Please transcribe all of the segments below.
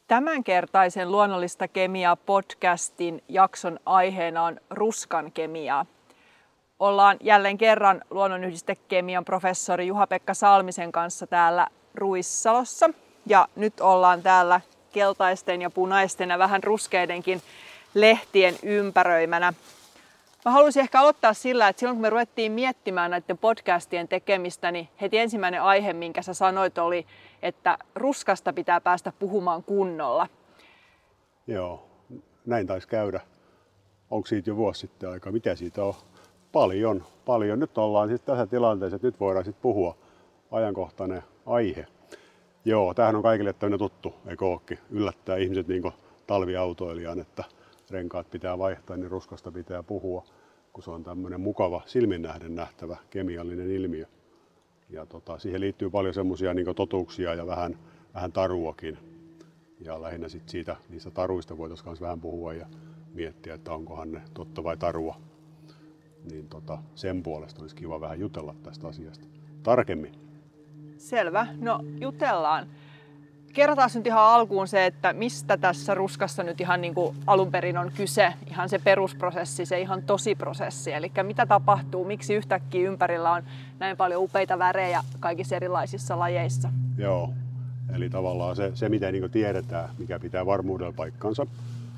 Tämänkertaisen Luonnollista kemiaa podcastin jakson aiheena on ruskan kemiaa. Ollaan jälleen kerran luonnonyhdistekemian professori Juha-Pekka Salmisen kanssa täällä Ruissalossa. Ja nyt ollaan täällä keltaisten ja punaisten ja vähän ruskeidenkin lehtien ympäröimänä. Mä haluaisin ehkä aloittaa sillä, että silloin kun me ruvettiin miettimään näiden podcastien tekemistä, niin heti ensimmäinen aihe, minkä sä sanoit, oli, että ruskasta pitää päästä puhumaan kunnolla. Joo, näin taisi käydä. Onko siitä jo vuosi sitten aikaa? Mitä siitä on? Paljon. Nyt ollaan sitten tässä tilanteessa, että nyt voidaan sitten puhua ajankohtainen aihe. Joo, tämähän on kaikille tämmöinen tuttu, eikö ookin? Yllättää ihmiset niin kuin talviautoilijan, että renkaat pitää vaihtaa, niin ruskasta pitää puhua, kun se on tämmöinen mukava silmin nähden nähtävä kemiallinen ilmiö. Ja siihen liittyy paljon semmoisia niin kuin totuuksia ja vähän taruakin. Ja lähinnä sit niistä taruista voitaisiin myös vähän puhua ja miettiä, että onkohan ne totta vai tarua. Niin sen puolesta olisi kiva vähän jutella tästä asiasta tarkemmin. Selvä, no jutellaan. Kerrotaan nyt ihan alkuun se, että mistä tässä ruskassa nyt ihan niin kuin alun perin on kyse, ihan se perusprosessi, se ihan tosiprosessi. Eli mitä tapahtuu, miksi yhtäkkiä ympärillä on näin paljon upeita värejä kaikissa erilaisissa lajeissa? Joo, eli tavallaan se mitä niin kuin tiedetään, mikä pitää varmuudella paikkansa,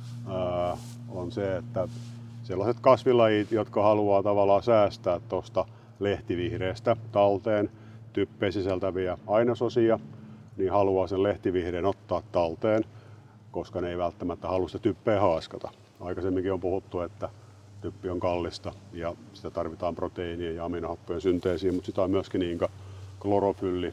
on se, että sellaiset kasvilajit, jotka haluaa tavallaan säästää tuosta lehtivihreästä talteen typpeä sisältäviä ainesosia, niin haluaa sen lehtivihreän ottaa talteen, koska ne ei välttämättä halua sitä typpeä haaskata. Aikaisemminkin on puhuttu, että typpi on kallista ja sitä tarvitaan proteiinien ja aminohappojen synteesiin, mutta sitä on myöskin niin klorofylli,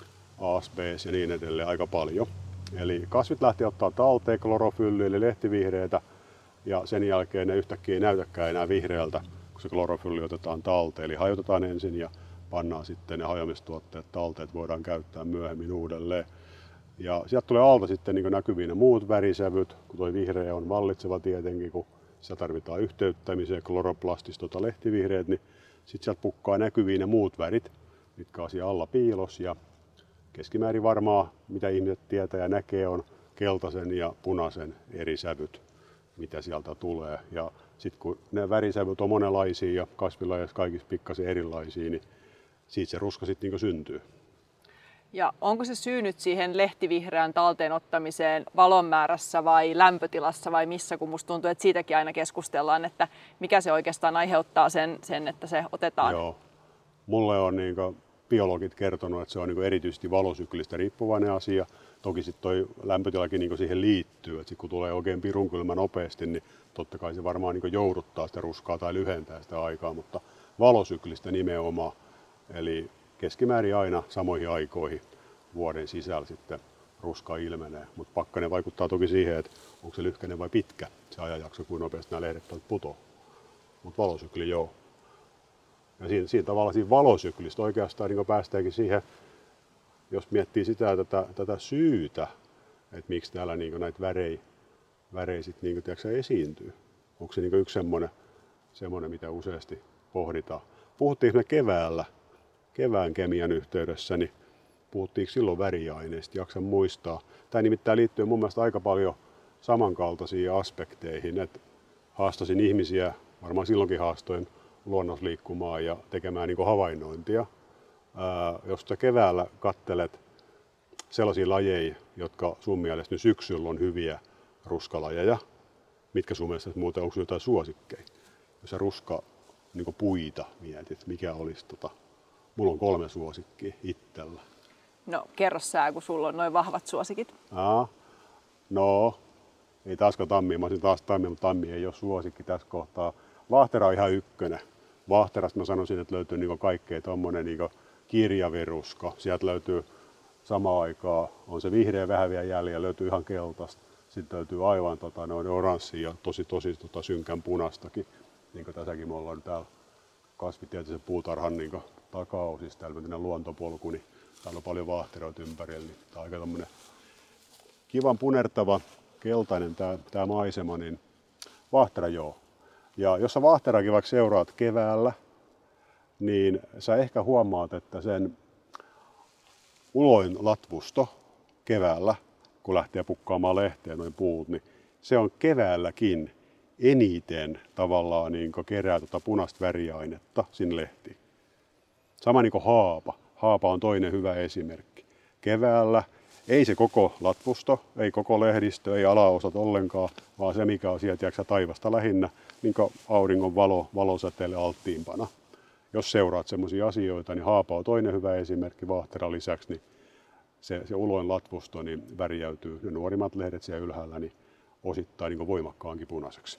ASBs ja niin edelleen aika paljon. Eli kasvit lähtee ottaa talteen klorofylliä eli lehtivihreätä ja sen jälkeen ne yhtäkkiä ei näytäkään enää vihreältä, kun se klorofylli otetaan talteen. Eli hajotetaan ensin ja pannaan sitten ne hajoamistuotteet talteet, voidaan käyttää myöhemmin uudelleen. Ja sieltä tulee alta sitten niin näkyviin ne muut värisävyt, kun tuo vihreä on vallitseva tietenkin, kun sitä tarvitaan yhteyttämiseen, kloroplastis, lehtivihreät, niin sitten sieltä pukkaa näkyviin ne muut värit, mitkä on siellä alla piilos. Ja keskimäärin varmaan, mitä ihmiset tietää ja näkee, on keltaisen ja punaisen eri sävyt, mitä sieltä tulee. Ja sitten kun ne värisävyt on monenlaisia ja kasvilajeissa kaikissa pikkasen erilaisia, niin siitä se ruska sitten niin syntyy. Ja onko se syy nyt siihen lehtivihreän talteen ottamiseen valon määrässä vai lämpötilassa vai missä, kun musta tuntuu, että siitäkin aina keskustellaan, että mikä se oikeastaan aiheuttaa sen että se otetaan? Joo. Mulle on niin biologit kertonut, että se on niin erityisesti valosyklistä riippuvainen asia. Toki sitten toi lämpötilakin niin siihen liittyy, että sit kun tulee oikein pirun kylmä nopeasti, niin totta kai se varmaan niin jouduttaa sitä ruskaa tai lyhentää sitä aikaa, mutta valosyklistä nimenomaan. Eli keskimäärin aina samoihin aikoihin vuoden sisällä sitten ruska ilmenee. Mutta pakkanen vaikuttaa toki siihen, että onko se lyhkäinen vai pitkä se ajanjakso, kuinka nopeasti nämä lehdet putoaa. Mutta valosykli joo. Ja siinä tavalla siinä valosyklistä oikeastaan niin päästäänkin siihen, jos miettii sitä tätä syytä, että miksi täällä niin näitä värejä sit, niin esiintyy. Onko se niin yksi semmoinen, mitä useasti pohditaan. Puhuttiinko me kevään kemian yhteydessä, niin puhuttiinko silloin väriaineista, jaksan muistaa. Tämä nimittäin liittyy mun mielestä aika paljon samankaltaisiin aspekteihin, että haastasin ihmisiä, varmaan silloinkin haastoin luonnosliikkumaan ja tekemään niin havainnointia. Jos sä keväällä kattelet sellaisia lajeja, jotka sun mielestä nyt syksyllä on hyviä ruskalajeja, mitkä sun mielestä muuten, onko jotain suosikkeja? Jos sä niin puita mietit, mikä olisi mulla on 3 suosikkia itsellä. No kerro sä, kun sulla on noin vahvat suosikit. No, ei taaskaan tammia. Mä olisin taas tammia, mutta tammi ei ole suosikki tässä kohtaa. Vahtera on ihan ykkönen. Vahterasta mä sanoisin, että löytyy niinku kaikkea tommonen niinku kirjaviruska. Sieltä löytyy samaan aikaan, on se vihreä vähän vielä jäljellä, löytyy ihan keltaista. Sitten löytyy aivan oranssia ja tosi synkän punastakin. Niin kuin tässäkin me ollaan täällä kasvitieteellisen puutarhan niin takaosissa, täällä on luontopolku, niin täällä on paljon vaahteroita ympärillä. Niin tää on aika tommonen kivan punertava, keltainen tää maisema, niin vaahtera joo. Ja jos sä vaahterakin vaikka seuraat keväällä, niin sä ehkä huomaat, että sen uloin latvusto keväällä kun lähtee pukkaamaan lehteen noin puut, niin se on keväälläkin eniten tavallaan niin kerää punaista väriainetta sinne lehtiin. Sama niin kuin haapa. Haapa on toinen hyvä esimerkki. Keväällä ei se koko latvusto, ei koko lehdistö, ei alaosat ollenkaan, vaan se mikä on sieltä taivasta lähinnä, niin kuin auringon valosäteelle alttiimpana. Jos seuraat semmoisia asioita, niin haapa on toinen hyvä esimerkki. Vaahteran lisäksi niin se uloin latvusto niin värjäytyy, ne nuorimmat lehdet siellä ylhäällä, niin osittain niin voimakkaankin punaiseksi.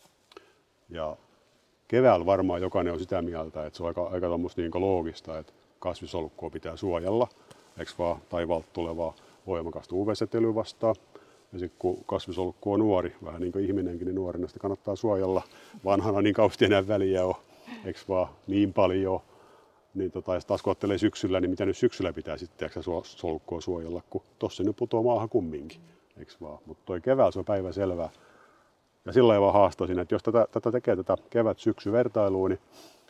Ja keväällä varmaan jokainen on sitä mieltä, että se on aika niin loogista, että kasvisolkkua pitää suojella, eikö vaan taivaalta tulevaa voimakasta UV-säteilyä vastaan. Ja sitten kun kasvisolkku on nuori, vähän niin kuin ihminenkin, niin nuorena sitä kannattaa suojella. Vanhana niin kauheasti enää väliä on, eikö vaan niin paljon. Niin jos taas kun ottelee syksyllä, niin mitä nyt syksyllä pitää sitten solkkua suojella, kun tossa nyt putoaa maahan kumminkin, eikö vaan. Mutta toi keväällä se on päivänselvää. Ja sillä lailla vaan haastoisin, että jos tätä tekee tätä kevät-syksy-vertailua, niin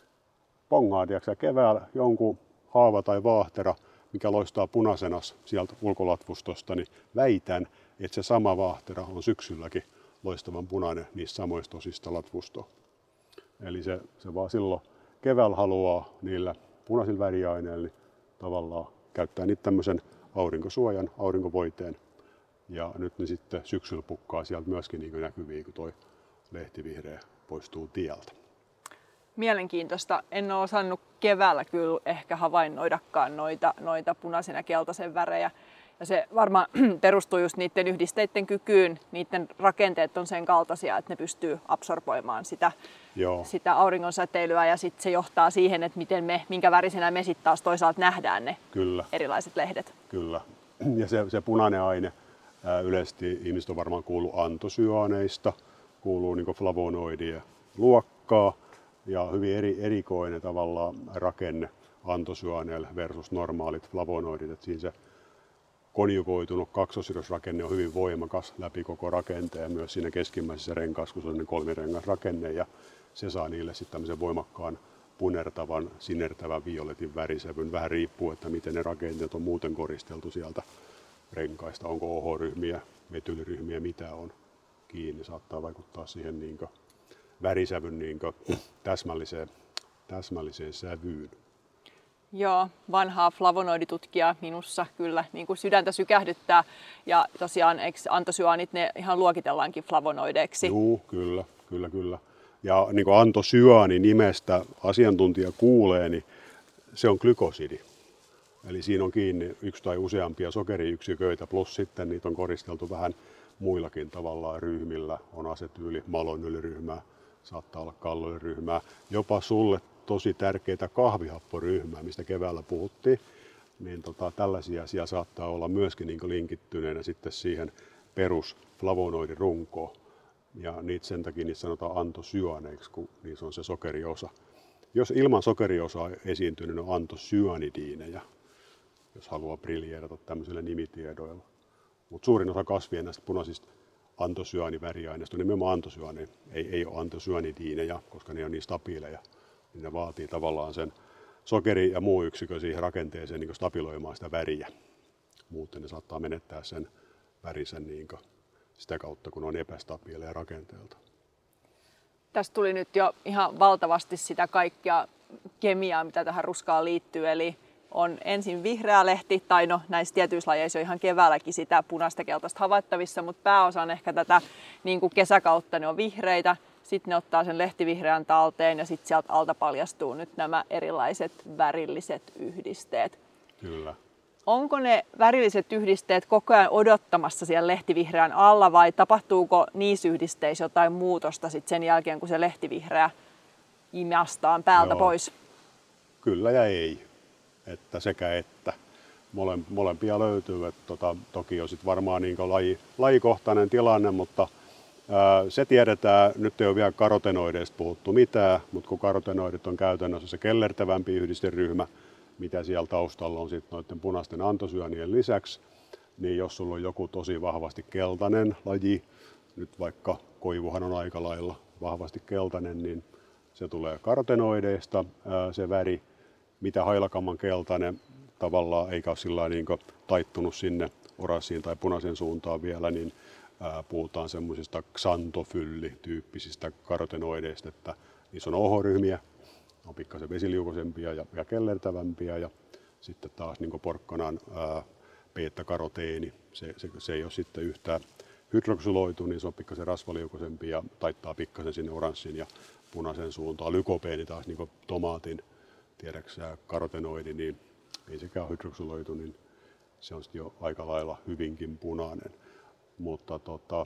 pongaa keväällä jonkun haava tai vaahtera, mikä loistaa punaisena sieltä ulkolatvustosta, niin väitän, että se sama vaahtera on syksylläkin loistavan punainen niistä samoista osista latvustoa. Eli se vaan silloin keväällä haluaa niillä punaisilla väriaineilla niin tavallaan käyttää niitä tämmöisen aurinkosuojan, aurinkovoiteen. Ja nyt ne sitten syksyllä pukkaa sieltä myöskin niin näkyviä, kun toi lehtivihreä poistuu tieltä. Mielenkiintoista. En ole osannut keväällä kyllä ehkä havainnoidakaan noita punaisen ja keltaisen värejä. Ja se varmaan perustuu just niiden yhdisteiden kykyyn. Niiden rakenteet on sen kaltaisia, että ne pystyy absorboimaan sitä auringon säteilyä. Ja sitten se johtaa siihen, että minkä värisenä me sitten taas toisaalta nähdään ne erilaiset lehdet. Kyllä. Ja se punainen aine, yleisesti ihmiset on varmaan kuullut antosyaaneista, kuuluu niin flavonoidien luokkaa. Ja hyvin erikoinen tavallaan rakenne antosyaaneilla versus normaalit flavonoidit. Et siinä se konjugoitunut kaksosidosrakenne on hyvin voimakas läpi koko rakenteen, myös siinä keskimmäisessä renkaassa, kun se on kolmirengasrakenne, ja se saa niille sitten tämmöisen voimakkaan punertavan, sinertävän violetin värisävyn. Vähän riippuu, että miten ne rakenteet on muuten koristeltu sieltä renkaista, onko OH-ryhmiä, metyliryhmiä, mitä on kiinni, saattaa vaikuttaa siihen värisävyn täsmälliseen sävyyn. Joo, vanhaa flavonoiditutkijaa minussa kyllä niin kuin sydäntä sykähdyttää. Ja tosiaan eikö antosyaanit ne ihan luokitellaankin flavonoideiksi? Joo, kyllä. Ja niin kuin antosyaani nimestä asiantuntija kuulee, niin se on glykosidi. Eli siinä on kiinni yksi tai useampia sokeriyksiköitä, plus sitten niitä on koristeltu vähän muillakin tavallaan ryhmillä. On asetyyli, malonyliryhmää, saattaa olla kalloiryhmää, jopa sulle tosi tärkeitä kahvihapporyhmää, mistä keväällä puhuttiin, niin tällaisia siellä saattaa olla myöskin niin linkittyneenä sitten siihen perusflavonoidirunkoon. Ja sen takia niitä sanotaan antosyaaneiksi, kun niissä on se sokeriosa. Jos ilman sokeriosaa esiintyy, niin on antosyaanidiineja, jos haluaa briljeerata tämmöisillä nimitiedoilla. Mutta suurin osa kasvien näistä punaisista antosyaaniväriaineista on nimenomaan antosyaani. Ei ole antosyaanidiineja, koska ne on niin stabiileja. Niin ne vaatii tavallaan sen sokeri ja muu yksikö siihen rakenteeseen niin stabiloimaan sitä väriä. Muuten ne saattaa menettää sen värisen sitä kautta, kun on epästabiileja rakenteelta. Tästä tuli nyt jo ihan valtavasti sitä kaikkea kemiaa, mitä tähän ruskaan liittyy. Eli on ensin vihreä lehti, tai no näissä tietyissä lajeissa on ihan keväälläkin sitä punaista keltaista havaittavissa, mutta pääosa on ehkä tätä niin kuin kesäkautta, ne on vihreitä. Sitten ne ottaa sen lehtivihreän talteen ja sitten sieltä alta paljastuu nyt nämä erilaiset värilliset yhdisteet. Kyllä. Onko ne värilliset yhdisteet koko ajan odottamassa siellä lehtivihreän alla vai tapahtuuko niissä yhdisteissä jotain muutosta sitten sen jälkeen, kun se lehtivihreä imastaan päältä pois? Kyllä ja ei. Että sekä että. Molempia löytyy. Toki on sitten varmaan lajikohtainen tilanne, mutta se tiedetään, nyt ei ole vielä karotenoideista puhuttu mitään, mutta kun karotenoidit on käytännössä se kellertävämpi yhdisteryhmä, mitä siellä taustalla on sitten noiden punaisten antosyaanien lisäksi, niin jos sulla on joku tosi vahvasti keltainen laji, nyt vaikka koivuhan on aika lailla vahvasti keltainen, niin se tulee karotenoideista se väri, mitä hailakamman keltainen tavallaan eikä ole sillä taittunut sinne oranssiin tai punaisen suuntaan vielä, niin puhutaan semmoisista xanthophyllityyppisistä karotenoideista, että niissä on OH-ryhmiä, on pikkasen vesiliukoisempia ja kellertävämpiä, ja sitten taas niin porkkanan beta-karoteeni, se ei ole sitten yhtään hydroksyloitu, niin se on pikkasen rasvaliukoisempi ja taittaa pikkasen sinne oranssin ja punaisen suuntaan. Lykopeeni taas niin tomaatin, tiedäksä, karotenoidi, niin ei sekään hydroksyloitu, niin se on sitten jo aika lailla hyvinkin punainen. Mutta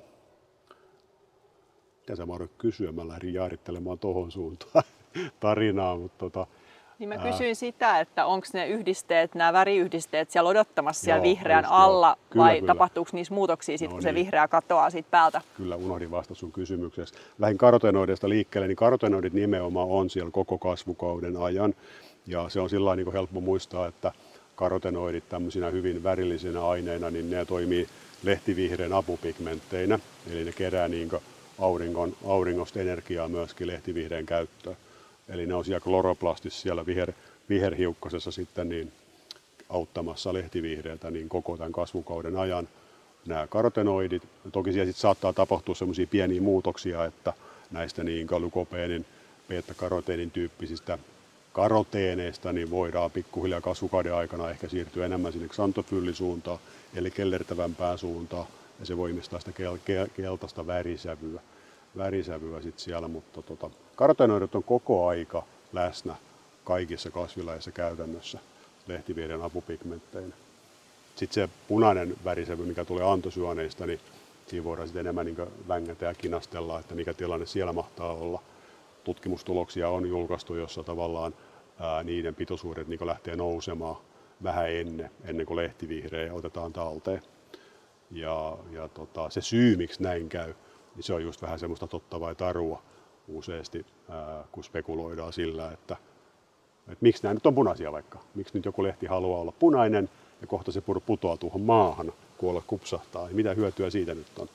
mitä sä Mauri kysyä, mä lähdin jaarittelemaan tohon suuntaan tarinaa, mutta niin mä kysyin sitä, että onko ne yhdisteet, nämä väriyhdisteet siellä odottamassa siellä vihreän alla, vai tapahtuuko niissä muutoksia sitten, kun se vihreä katoaa siitä päältä? Kyllä, unohdin vastata sun kysymykseen. Lähdin karotenoideista liikkeelle, niin karotenoidit nimenomaan on siellä koko kasvukauden ajan. Ja se on sillä niin helppo muistaa, että karotenoidit tämmöisinä hyvin värillisinä aineina, niin ne toimii lehtivihreän apupigmentteinä, eli ne kerää niin auringosta energiaa myöskin lehtivihreän käyttöön. Eli ne on siellä kloroplastisessa siellä viherhiukkasessa sitten niin auttamassa lehtivihreätä niin koko tämän kasvukauden ajan. Nämä karotenoidit, toki siellä sitten saattaa tapahtua semmoisia pieniä muutoksia, että näistä niin lykopeenin, beta-karoteenin tyyppisistä karoteeneista niin voidaan pikkuhiljaa kasvukauden aikana ehkä siirtyä enemmän sinne xanthopyllisuuntaan, eli kellertävämpään suuntaan, ja se voimistaa sitä keltaista värisävyä sit siellä, mutta karotenoidit on koko aika läsnä kaikissa kasvilajeissa käytännössä lehtivihreän apupigmentteinä. Sitten se punainen värisävy, mikä tulee antosyaneista, niin siinä voidaan sitten enemmän niin vängätä ja kinastella, että mikä tilanne siellä mahtaa olla. Tutkimustuloksia on julkaistu, jossa tavallaan niiden pitoisuudet niin lähtee nousemaan vähän ennen kuin lehtivihreä otetaan talteen. Ja se syy, miksi näin käy, niin se on just vähän semmoista totta vai tarua useasti, kun spekuloidaan sillä, että miksi nämä nyt on punaisia vaikka. Miksi nyt joku lehti haluaa olla punainen ja kohta se putoaa tuohon maahan, kun olla kupsahtaa. Ja mitä hyötyä siitä nyt on?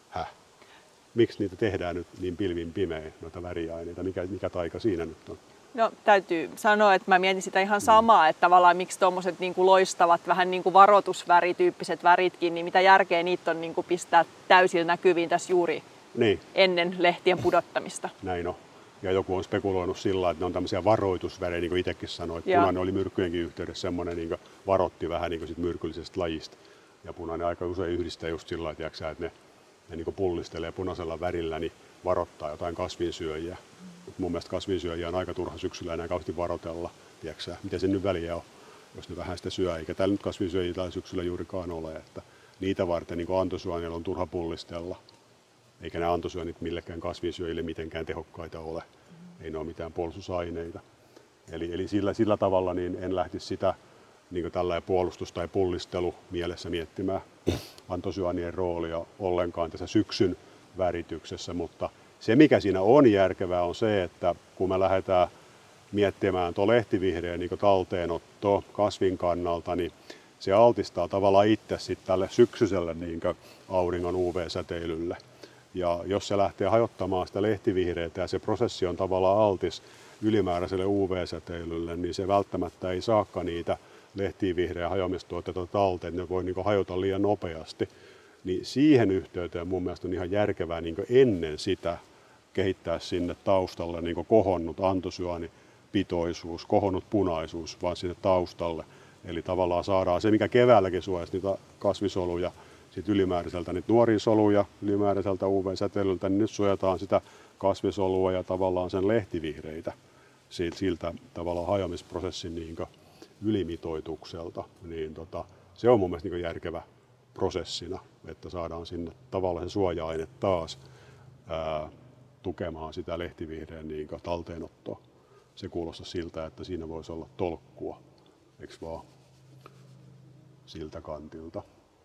Miksi niitä tehdään nyt niin pilvin pimeä, noita väriaineita? Mikä taika siinä nyt on? No täytyy sanoa, että mä mietin sitä ihan samaa, että tavallaan miksi tuommoiset niinku loistavat, vähän niin kuin varoitusvärityyppiset väritkin, niin mitä järkeä niitä on niinku pistää täysillä näkyviin tässä juuri ennen lehtien pudottamista. Näin on. Ja joku on spekuloinut sillä, että ne on tämmöisiä varoitusvärejä, niin kuin itsekin sanoit. Punainen oli myrkkyjenkin yhteydessä semmoinen, niin varoitti vähän niin sit myrkyllisestä lajista. Ja punainen aika usein yhdistää just sillä, että ne niin pullistelee punaisella värillä, niin varoittaa jotain kasvinsyöjiä. Mun mielestä kasvinsyöjiä on aika turha syksyllä enää kauheasti varotella. Tiedätkö, miten se nyt väliä on, jos ne vähän sitä syö. Eikä täällä nyt kasvinsyöjiä täällä syksyllä juurikaan ole. Että niitä varten niin antosyaneilla on turha pullistella. Eikä nämä antosyönit millekään kasvinsyöjille mitenkään tehokkaita ole. Ei ne ole mitään puolustusaineita. Eli sillä tavalla niin en lähtisi sitä niin tällä puolustus- tai pullistelu mielessä miettimään antosyanien roolia ollenkaan tässä syksyn värityksessä. Mutta se mikä siinä on järkevää on se, että kun me lähdetään miettimään tuo lehtivihreän niin talteenottoa kasvin kannalta, niin se altistaa tavallaan itse sitten tälle syksyiselle niin auringon UV-säteilylle. Ja jos se lähtee hajottamaan sitä lehtivihreätä ja se prosessi on tavallaan altis ylimääräiselle UV-säteilylle, niin se välttämättä ei saakaan niitä lehtivihreä hajoamistuotteita talteen, ne voi niin hajota liian nopeasti. Niin siihen yhteyteen mun mielestä on ihan järkevää niin ennen sitä kehittää sinne taustalle niin kohonnut antosyaanipitoisuus, kohonnut punaisuus vaan sinne taustalle. Eli tavallaan saadaan se, mikä keväälläkin suojasi niitä kasvisoluja, sitten ylimääräiseltä niitä nuoria soluja, ylimääräiseltä UV-säteilyltä, niin nyt suojataan sitä kasvisolua ja tavallaan sen lehtivihreitä siltä tavallaan hajoamisprosessin niin ylimitoitukselta. Niin se on mun mielestä niin järkevä prosessina, että saadaan sinne tavallaan se suoja-aine taas tukemaan sitä lehtivihreän niin talteenottoa. Se kuulostaa siltä, että siinä voisi olla tolkkua, eikö vaan, siltä kantilta.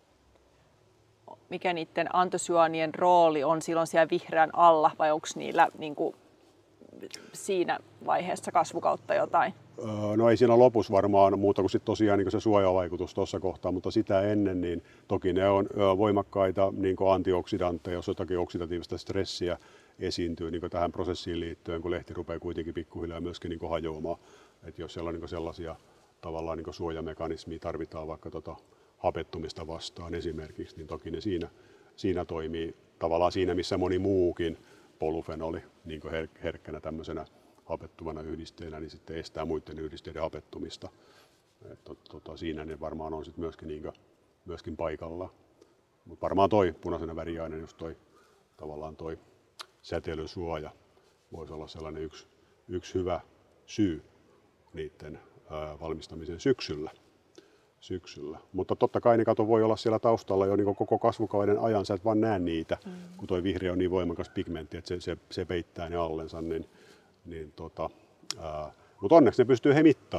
Mikä niiden antosyaanien rooli on silloin siellä vihreän alla vai onko niillä niin kuin siinä vaiheessa kasvukautta jotain? No ei siinä lopussa varmaan muuta kuin sit tosiaan niin se suojavaikutus tuossa kohtaa, mutta sitä ennen niin toki ne on voimakkaita niin antioksidantteja, jos jotakin oksidatiivista stressiä esiintyy niin tähän prosessiin liittyen, kun lehti rupeaa kuitenkin pikkuhiljaa myöskin niin hajoamaan. Et jos siellä on niin sellaisia tavallaan niin suojamekanismia tarvitaan vaikka hapettumista vastaan esimerkiksi, niin toki ne siinä toimii tavallaan siinä, missä moni muukin polyfenoli niin herkkänä tämmöisenä hapettuvana yhdisteenä, niin sitten estää muiden yhdisteiden hapettumista. Siinä ne varmaan on sitten myöskin paikalla. Mutta varmaan toi punaisena väriaine, just tavallaan toi säteilysuoja voisi olla sellainen yksi hyvä syy niiden valmistamiseen syksyllä. Mutta totta kai ne voi olla siellä taustalla jo niin koko kasvukauden ajan, sä et vaan näe niitä, kun toi vihreä on niin voimakas pigmentti, että se peittää ne allensa. Mutta onneksi ne pystyy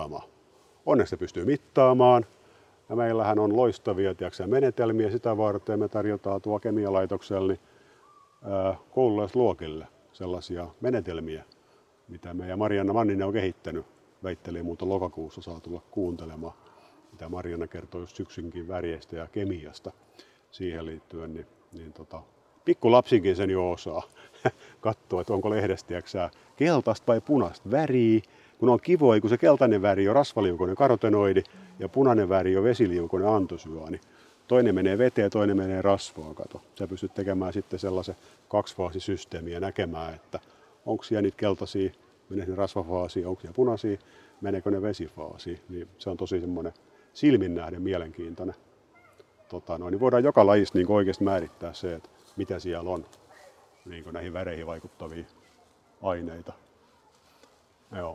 mittaamaan. Ja meillähän on loistavia menetelmiä sitä varten. Me tarjotaan tuo kemialaitoksella koululaisluokille sellaisia menetelmiä, mitä meidän Marianna Manninen on kehittänyt. Väittelee muuta lokakuussa saa tulla kuuntelemaan, mitä Marianna kertoo just syksynkin väreistä ja kemiasta siihen liittyen. Pikkulapsinkin sen jo osaa katsoa, että onko lehdestä keltaista vai punaista väriä. Kun on kivoja, kun se keltainen väri on rasvaliukoinen karotenoidi ja punainen väri on vesiliukoinen antosyaani. Toinen menee veteen ja toinen menee rasvaan. Kato. Sä pystyt tekemään sitten sellaisen kaksifaasisysteemiä ja näkemään, että onko siellä niitä keltaisia, menee ne rasvafaasiin, onko siellä punaisia, meneekö ne vesifaasiin. Niin se on tosi semmoinen silmin nähden mielenkiintoinen. Niin voidaan joka lajista niin oikeasti määrittää se, että mitä siellä on niin näihin väreihin vaikuttavia aineita. Joo.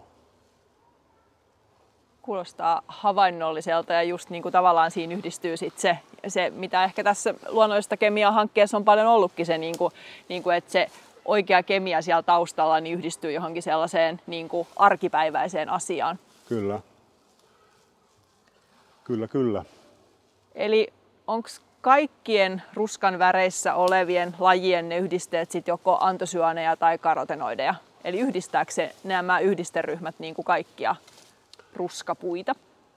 Kuulostaa havainnolliselta ja just niin kuin tavallaan siinä yhdistyy sit se, mitä ehkä tässä luonnollista kemiaa hankkeessa on paljon ollutkin se, niin kuin, että se oikea kemia siellä taustalla niin yhdistyy johonkin sellaiseen niin kuin arkipäiväiseen asiaan. Kyllä. Eli onko kaikkien ruskan väreissä olevien lajien ne yhdisteet sit joko antosyaaneja tai karotenoideja? Eli yhdistääkö se nämä yhdisteryhmät niin kuin kaikkia ruskapuita?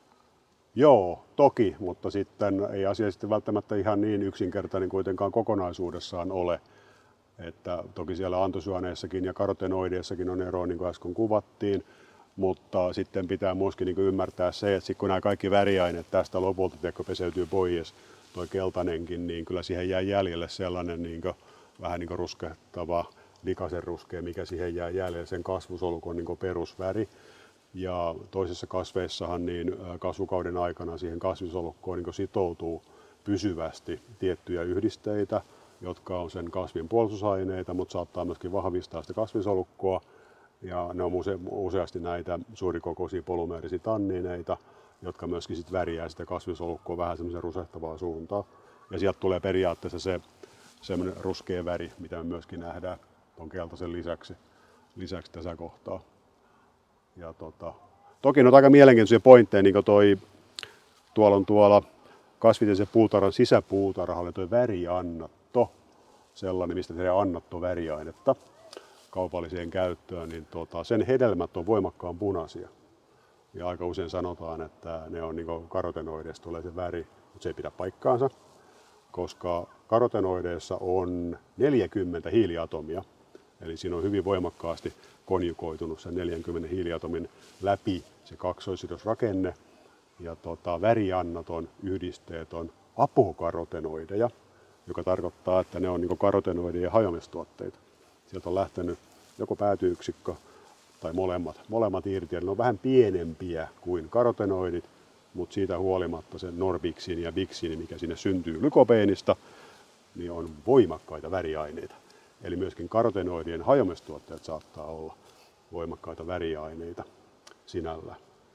Joo, toki, mutta sitten ei asia sitten välttämättä ihan niin yksinkertainen kuitenkaan kokonaisuudessaan ole. Että toki siellä antosyaaneissakin ja karotenoideissakin on eroa, niin kuin äsken kuvattiin, mutta sitten pitää myöskin niin kuin ymmärtää se, että kun nämä kaikki väriaineet tästä lopulta peseytyy pois, tuo keltainenkin, niin kyllä siihen jää jäljelle sellainen niin kuin, vähän niin kuin ruskehtava, likaisen ruskea, mikä siihen jää jäljelle, sen kasvusolukon niin kuin perusväri. Ja toisissa kasveissahan niin kasvukauden aikana siihen kasvisolukkoon niin sitoutuu pysyvästi tiettyjä yhdisteitä, jotka on sen kasvin puolustusaineita, mutta saattaa myöskin vahvistaa sitä kasvisolukkoa. Ja ne on useasti näitä suurikokoisia polymeerisiä tanniineita, jotka myöskin sit värjää sitä kasvisolukkoa vähän semmoisen rusehtavaa suuntaan. Ja sieltä tulee periaatteessa se semmoinen ruskea väri, mitä me myöskin nähdään tuon keltaisen lisäksi tässä kohtaa. Ja toki on aika mielenkiintoisia pointteja, niin kuin tuolla kasvitieteellisen puutarhan sisäpuutarhalla oli tuo väriannatto, sellainen, mistä tehdään annattoväriainetta kaupalliseen käyttöön, niin sen hedelmät on voimakkaan punaisia. Ja aika usein sanotaan, että ne on niin karotenoideista tulee se väri, mutta se ei pidä paikkaansa, koska karotenoideissa on 40 hiiliatomia. Eli siinä on hyvin voimakkaasti konjugoitunut sen 40 hiiliatomin läpi se kaksoissidosrakenne. Ja väriannaton yhdisteet on apokarotenoideja, joka tarkoittaa, että ne on niin karotenoidien hajoamistuotteita. Sieltä on lähtenyt joko päätyyksikkö tai molemmat irti. Eli ne on vähän pienempiä kuin karotenoidit, mutta siitä huolimatta se norbiksiini ja biksiini, mikä sinne syntyy glykopeenista, niin on voimakkaita väriaineita. Eli myöskin karotenoidien hajoamistuotteet saattaa olla voimakkaita väriaineita sinällä.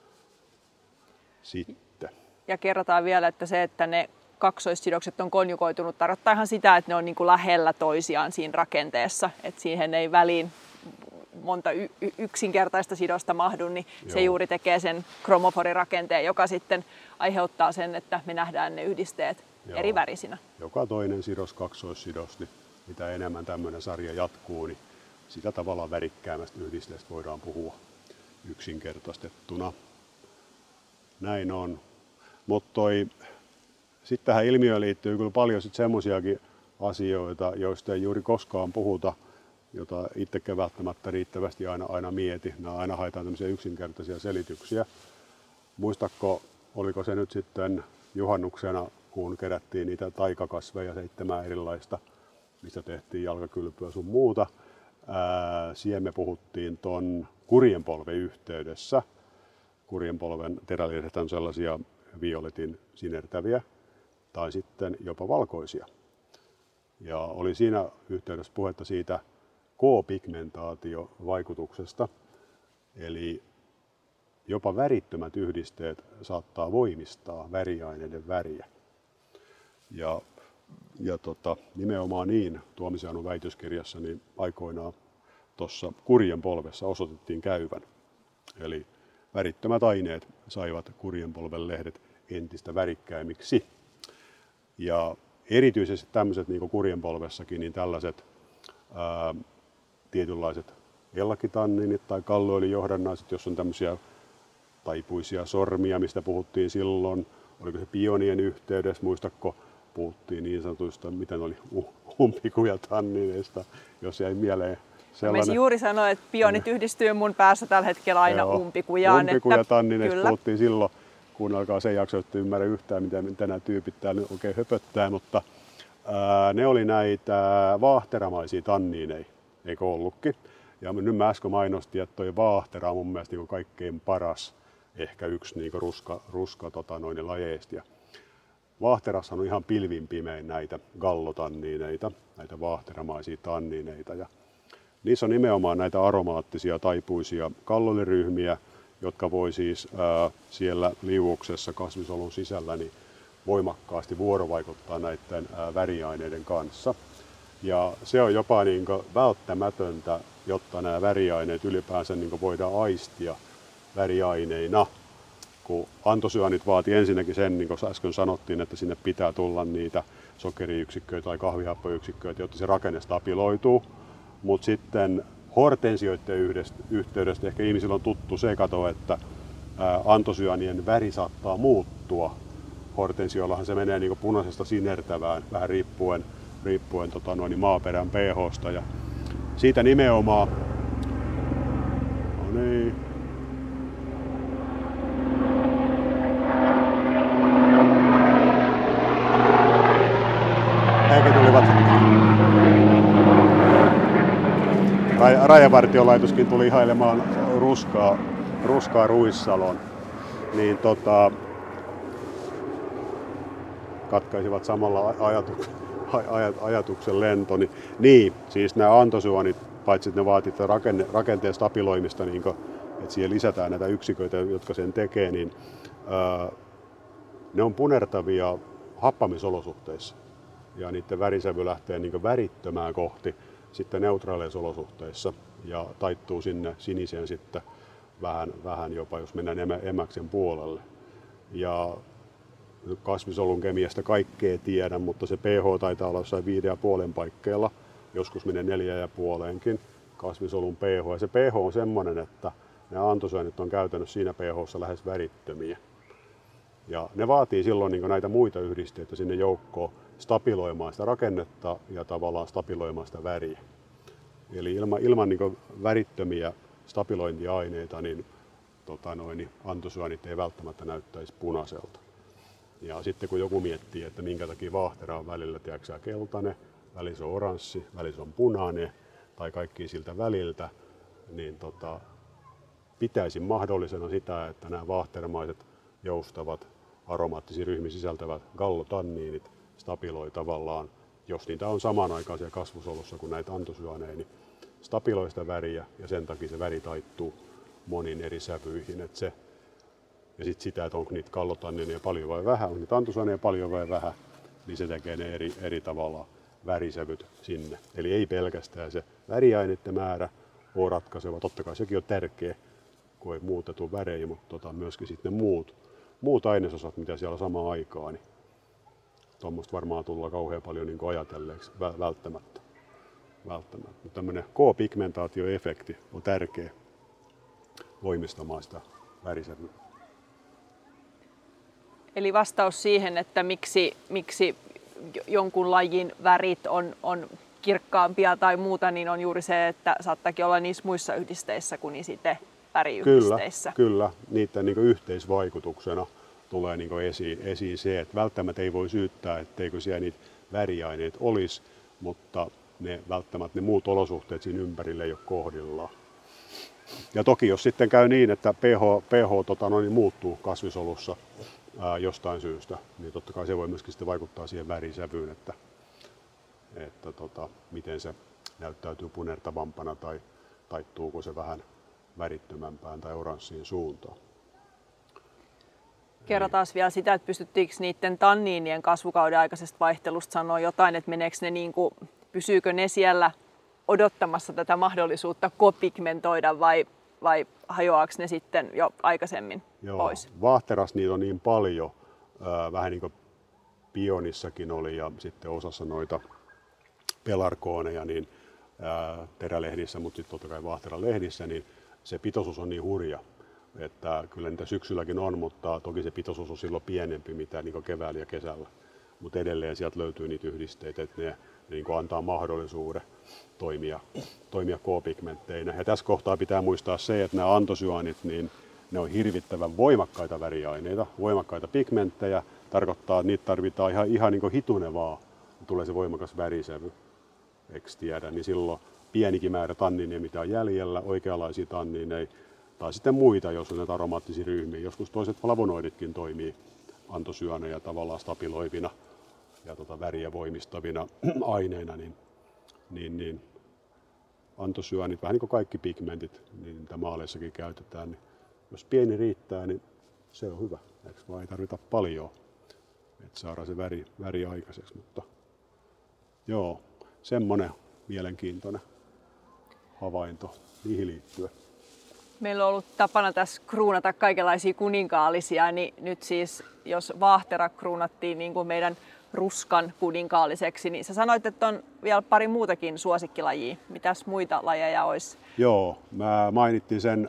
Sitten. Ja kerrotaan vielä, että se, että ne kaksoissidokset on konjugoitunut, tarkoittaa ihan sitä, että ne on niin kuin lähellä toisiaan siinä rakenteessa. Että siihen ei väliin monta yksinkertaista sidosta mahdu, niin se juuri tekee sen kromoforirakenteen, joka sitten aiheuttaa sen, että me nähdään ne yhdisteet eri värisinä. Joka toinen sidos, kaksoissidos, niin mitä enemmän tämmöinen sarja jatkuu, niin sitä tavallaan värikkäämästä yhdisteestä voidaan puhua yksinkertaistettuna. Näin on. Mutta sitten tähän ilmiöön liittyy kyllä paljon semmoisiakin asioita, joista ei juuri koskaan puhuta, jota itsekään välttämättä riittävästi aina mieti. Aina haetaan tämmöisiä yksinkertaisia selityksiä. Muistatko, oliko se nyt sitten juhannuksena kun kerättiin niitä taikakasveja, 7 erilaista, mistä tehtiin jalkakylpyä sun muuta. Siihen me puhuttiin ton kurjenpolven yhteydessä. Kurjenpolven terälliset on sellaisia violetin sinertäviä tai sitten jopa valkoisia. Ja oli siinä yhteydessä puhetta siitä K-pigmentaatiovaikutuksesta, eli jopa värittömät yhdisteet saattaa voimistaa väriaineiden väriä. Ja nimenomaan niin Tuomisen väitöskirjassa niin aikoinaan tuossa kurjenpolvessa osoitettiin käyvän. Eli värittömät aineet saivat kurjenpolven lehdet entistä värikkäimmiksi. Ja erityisesti tämmöiset niin kuin kurjenpolvessakin, niin tällaiset tietynlaiset ellakitanniinit tai kalloilijohdannaiset, jos on tämmöisiä taipuisia sormia, mistä puhuttiin silloin, oliko se pionien yhteydessä, muistatko, puhuttiin niin sanotuista, miten oli, umpikujatannineista, jos jäi mieleen sellainen. Mä juuri sanoin, että pionit yhdistyy mun päässä tällä hetkellä aina umpikujaan. Umpikujatannineista puhuttiin silloin, kun alkaa sen jakso, että ymmärrä yhtään, mitä nämä tyypit täällä oikein höpöttää, mutta ne oli näitä vaahteramaisia tanniineja, eikö ollutkin? Ja nyt mä äsken mainostin, että toi vaahtera on mun mielestä niin kaikkein paras, ehkä yksi niin ruska lajeista. Vaahterassa on ihan pilvin pimein näitä gallotanniineita, näitä vaahteramaisia tanniineita. Ja niissä on nimenomaan näitä aromaattisia taipuisia kalloliryhmiä, jotka voi siis siellä liuuksessa kasvisolun sisällä niin voimakkaasti vuorovaikuttaa näiden väriaineiden kanssa. Ja se on jopa niin kuin välttämätöntä, jotta nämä väriaineet ylipäänsä niin kuin voidaan aistia väriaineina. Kun antosyanit vaatii ensinnäkin sen, niin kuin äsken sanottiin, että sinne pitää tulla niitä sokeriyksikköjä tai kahvihappoyksikköjä, jotta se rakenne stabiloituu. Mutta sitten hortensioiden yhteydestä ehkä ihmisillä on tuttu se kato, että antosyanien väri saattaa muuttua. Hortensiollahan se menee niin kuin punaisesta sinertävään, vähän riippuen maaperän pH:sta. Ja siitä nimenomaan. No niin. Eikä tulivat. Rajavartiolaitoskin tuli ihailemaan ruskaa Ruissaloon. Niin katkaisivat samalla ajatuksen lentoni. Niin, siis nämä antosyanit, paitsi että ne vaativat rakenteen stabiloimista, niin että siihen lisätään näitä yksiköitä, jotka sen tekee, niin ne on punertavia happamisolosuhteissa. Ja niiden värisävy lähtee niin värittömään kohti sitten neutraaleissa olosuhteissa ja taittuu sinne siniseen sitten vähän jopa, jos mennään emäksen puolelle. Ja kasvisolun kemiasta kaikkea tiedän, mutta se pH taitaa olla jossain 5,5 paikkeilla, joskus menee 4,5kin kasvisolun pH. Ja se pH on semmoinen, että nämä antosyanit on käytännössä siinä pH:ssa lähes värittömiä. Ja ne vaatii silloin niin näitä muita yhdisteitä sinne joukkoon stabiloimaan sitä rakennetta ja tavallaan stabiloimaan sitä väriä. Eli ilman niin värittömiä stabilointiaineita niin, antosyanit ei välttämättä näyttäisi punaiselta. Ja sitten kun joku miettii, että minkä takia vaahtera on välillä keltainen, välissä on oranssi, välissä on punainen tai kaikki siltä väliltä, niin pitäisin mahdollisena sitä, että nämä vaahtermaiset joustavat aromaattisia ryhmiä sisältävät gallotanniinit stabiloi tavallaan, jos niitä on samanaikaisia kasvusolussa kuin näitä antosyaneja, niin stabiloi sitä väriä ja sen takia se väri taittuu monin eri sävyihin. Ja sitten sitä, että onko niitä gallotanniineja paljon vai vähän, onko niitä antosyaneja paljon vai vähän, niin se tekee ne eri tavalla värisävyt sinne. Eli ei pelkästään se väriaineiden määrä ole ratkaiseva, totta kai sekin on tärkeä, kun ei muutettu värejä, mutta myöskin sitten ne muut ainesosat, mitä siellä on samaan aikaan, niin tuommoista varmaan tullaan kauhean paljon niin ajatelleeksi välttämättä. Mutta tämmöinen K-pigmentaatioefekti on tärkeä voimistamaan sitä värisävyä. Eli vastaus siihen, että miksi jonkun lajin värit on kirkkaampia tai muuta, niin on juuri se, että saattaakin olla niissä muissa yhdisteissä kuin niissä itse väriyhdisteissä. Kyllä. Niiden niin yhteisvaikutuksena tulee niin esiin se, että välttämättä ei voi syyttää, etteikö siellä niitä väriaineita olisi, mutta välttämättä ne muut olosuhteet siinä ympärillä ei ole kohdillaan. Ja toki jos sitten käy niin, että pH muuttuu kasvisolussa jostain syystä, niin totta kai se voi myöskin sitten vaikuttaa siihen värisävyyn, että miten se näyttäytyy punertavampana tai taittuuko se vähän värittömämpään tai oranssiin suuntaan. Kerrotaan vielä sitä, että pystyttiinkö niiden tanniinien kasvukauden aikaisesta vaihtelusta sanoa jotain, että pysyykö ne siellä odottamassa tätä mahdollisuutta kopigmentoida vai hajoaako ne sitten jo aikaisemmin pois? Vaahteras niitä on niin paljon, vähän niin kuin pionissakin oli ja sitten osassa noita pelarkooneja niin terälehdissä, mutta sitten totta kai vaahteralehdissä, niin se pitoisuus on niin hurja, että kyllä niitä syksylläkin on, mutta toki se pitoisuus on silloin pienempi mitä niin keväällä ja kesällä. Mutta edelleen sieltä löytyy niitä yhdisteitä, että ne niin antaa mahdollisuuden toimia K-pigmentteinä. Ja tässä kohtaa pitää muistaa se, että nämä antosyanit, niin ne on hirvittävän voimakkaita väriaineita, voimakkaita pigmenttejä. Tarkoittaa, että niitä tarvitaan ihan niin hitunen vaan, tulee se voimakas värisävy. Eikö tiedä, niin silloin pienikin määrä tanniineja, mitä on jäljellä, oikeanlaisia tanniineja, tai sitten muita, jos on näitä aromaattisia ryhmiä. Joskus toiset flavonoiditkin toimii antosyaneja tavallaan stabiloivina ja väriä voimistavina aineina, niin antosyanit, vähän niin kuin kaikki pigmentit, niin mitä maaleissakin käytetään, niin jos pieni riittää, niin se on hyvä. Eikö vaan ei tarvita paljon, että saadaan se väri aikaiseksi. Mutta joo, semmoinen mielenkiintoinen havainto niihin liittyen. Meillä on ollut tapana tässä kruunata kaikenlaisia kuninkaallisia, niin nyt siis jos vaahtera kruunattiin niin kuin meidän ruskan kuninkaalliseksi, niin sä sanoit, että on vielä pari muutakin suosikkilajia. Mitäs muita lajeja olisi? Joo, mä mainittiin sen,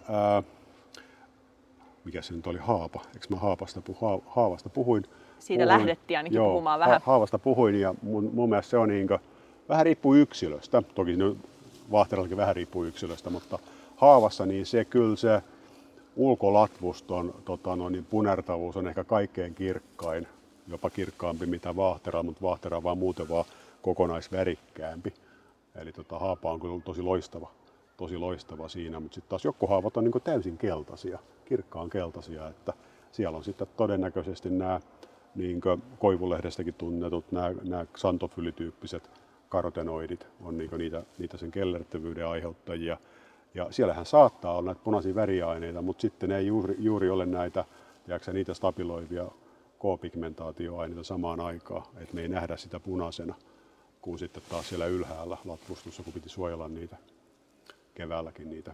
mikä se nyt oli, haapa. Eikö mä haavasta puhuin? Siitä lähdettiin ainakin puhumaan vähän. Haavasta puhuin ja mun mielestä se on vähän riippuu yksilöstä. Toki vaahterallakin vähän riippuu yksilöstä, mutta haavassa niin se kyllä se ulkolatvuston punertavuus on ehkä kaikkein kirkkain, jopa kirkkaampi mitä vaahtera, mutta vaahtera on vaan muuten vaan kokonaisvärikkäämpi. Eli haapa on kyllä tosi loistava siinä, mutta sitten taas jokkuhaavat on niin täysin keltaisia, kirkkaan keltaisia, että siellä on sitten todennäköisesti nämä niin koivulehdestäkin tunnetut nämä xantofyllityyppiset karotenoidit on niitä sen kellertävyyden aiheuttajia. Ja siellähän saattaa olla näitä punaisia väriaineita, mutta sitten ei juuri ole niitä stabiloivia K-pigmentaatioaineita samaan aikaan, että me ei nähdä sitä punaisena, kun sitten taas siellä ylhäällä latvustossa, kun piti suojella niitä keväälläkin niitä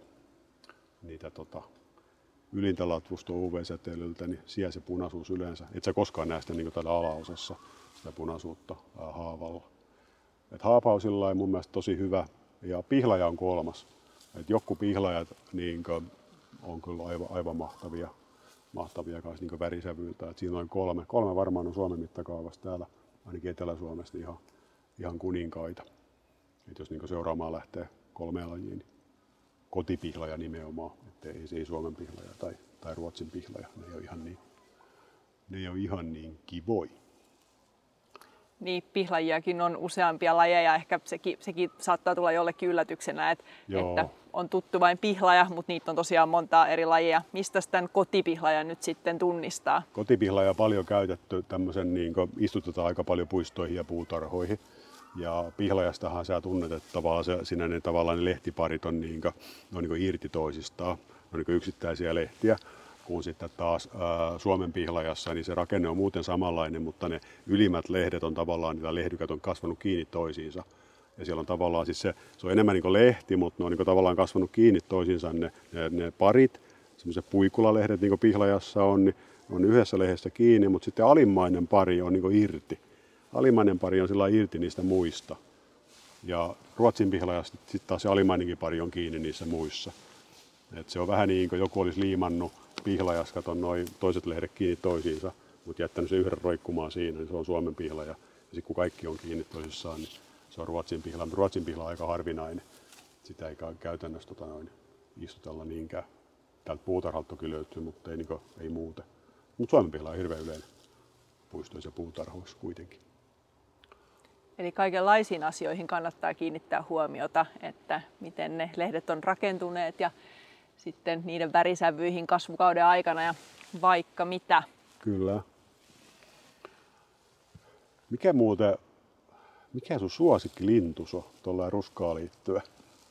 ylintä latvustoa UV-säteilyltä, niin siellä se punaisuus yleensä, et sä koskaan näe sitä niin täällä alaosassa sitä punaisuutta haavalla. Et haapa on sillä mun mielestä tosi hyvä ja pihlaja on kolmas. Et joku pihlajat niin on kyllä aivan mahtavia kanssa niin värisävyltä. Et siinä on kolme varmaan on Suomen mittakaavassa täällä, ainakin Etelä-Suomessa niin ihan kuninkaita. Et jos niin seuraamaan lähtee 3 lajiin, niin kotipihlaja nimenomaan, ettei se ei Suomen pihlaja tai Ruotsin pihlaja, ne ei ole ihan niin kivoi. Niin, pihlajiakin on useampia lajeja, ehkä sekin saattaa tulla jollekin yllätyksenä, että on tuttu vain pihlaja, mutta niitä on tosiaan montaa eri lajia. Mistä tämän kotipihlajan nyt sitten tunnistaa? Kotipihlaja on paljon käytetty, istutetaan aika paljon puistoihin ja puutarhoihin. Ja pihlajastahan sä tunnet, että tavallaan ne lehtiparit on, on irti toisistaan, ne on yksittäisiä lehtiä. Kun sitten taas Suomen pihlajassa, niin se rakenne on muuten samanlainen, mutta ne ylimmät lehdet on tavallaan, niitä lehdykät on kasvanut kiinni toisiinsa. Ja siellä on tavallaan, siis se on enemmän niin kuin lehti, mutta ne on niin tavallaan kasvanut kiinni toisiinsa ne parit. Sellaiset puikulalehdet, niin kuin pihlajassa on, niin on yhdessä lehdessä kiinni, mutta sitten alimmainen pari on niin kuin irti. Alimmainen pari on sillä irti niistä muista. Ja Ruotsin pihlajassa sitten taas se alimmainenkin pari on kiinni niissä muissa. Et se on vähän niin kuin joku olisi liimannut pihlajas, katon noin toiset lehdet kiinni toisiinsa, mutta jättänyt se yhden roikkumaan siinä, niin se on Suomen pihlaja. Ja sitten kun kaikki on kiinni toisissaan, niin se on Ruotsin pihlaja. Mutta Ruotsin pihlaja on aika harvinainen. Sitä ei käytännössä istutella niinkään. Täältä puutarhalta toki löytyy, mutta ei muuten. Mutta suomenpihla on hirveän yleinen puistoissa ja puutarhoissa kuitenkin. Eli kaikenlaisiin asioihin kannattaa kiinnittää huomiota, että miten ne lehdet on rakentuneet ja sitten niiden värisävyihin kasvukauden aikana ja vaikka mitä. Kyllä. Mikä sun suosikkilintus on tuollain ruskaan liittyen?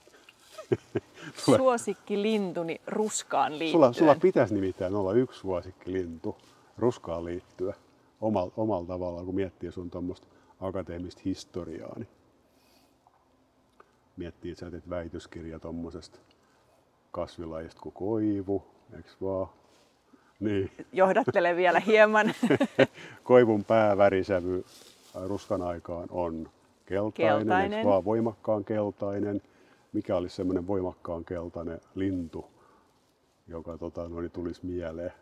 Suosikkilintuni ruskaan liittyen. Sulla pitäisi nimittäin olla yksi suosikkilintu ruskaan liittyen omalla tavallaan, kun miettii sun tuommoista akateemista historiaa. Niin miettii, että sä teet väitöskirja tuommoisesta kasvilajista kuin koivu, eiks vaan? Niin. Johdattele vielä hieman. Koivun päävärisävy ruskan aikaan on keltainen. Eiks vaan voimakkaan keltainen? Mikä olisi semmoinen voimakkaan keltainen lintu, joka tulisi mieleen?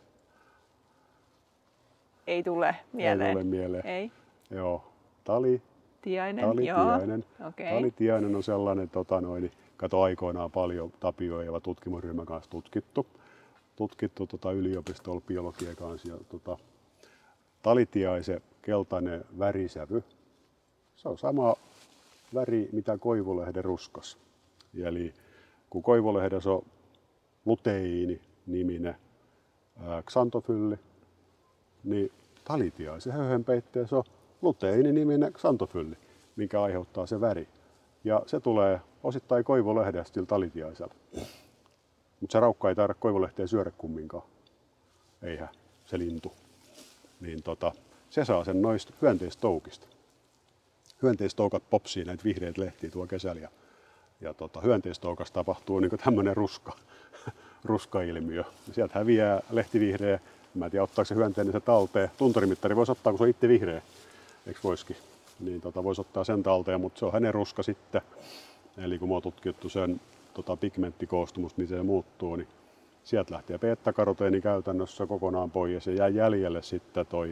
Ei tule mieleen. Ei tule mieleen. Ei. Joo. Talitiainen. Okay. Talitiainen on sellainen, kato aikoinaan paljon Tapio ja tutkimusryhmän kanssa tutkittu yliopistolla biologian kanssa. Ja, talitiaisen keltainen värisävy, se on sama väri mitä koivulehden ruskas. Eli kun koivulehdessä on luteiini-niminen xantofylli, niin talitiaisen höyhenpeitteessä on luteiini-niminen xantofylli, mikä aiheuttaa se väri. Ja se tulee osittain koivulehdestä sillä talitiaisella. Mutta se raukka ei taida koivulehteä syödä kumminkaan. Eihän se lintu. Niin se saa sen noista hyönteistoukista. Hyönteistoukat popsii näitä vihreitä lehtiä tuolla kesällä. Ja hyönteistoukassa tapahtuu niin tämmöinen ruska-ilmiö. Sieltä häviää lehtivihreä. Mä en tiedä, ottaako se hyönteinen se talteen. Tunturimittari voisi ottaa, kun se on itse vihreä. Eikö voisikin? Niin voisi ottaa sen talteen, mutta se on hänen ruska sitten. Eli kun mä oon tutkittu sen pigmenttikoostumus, niin se muuttuu. Niin sieltä lähtee beta-karoteeni käytännössä kokonaan pois ja jää jäljelle sitten toi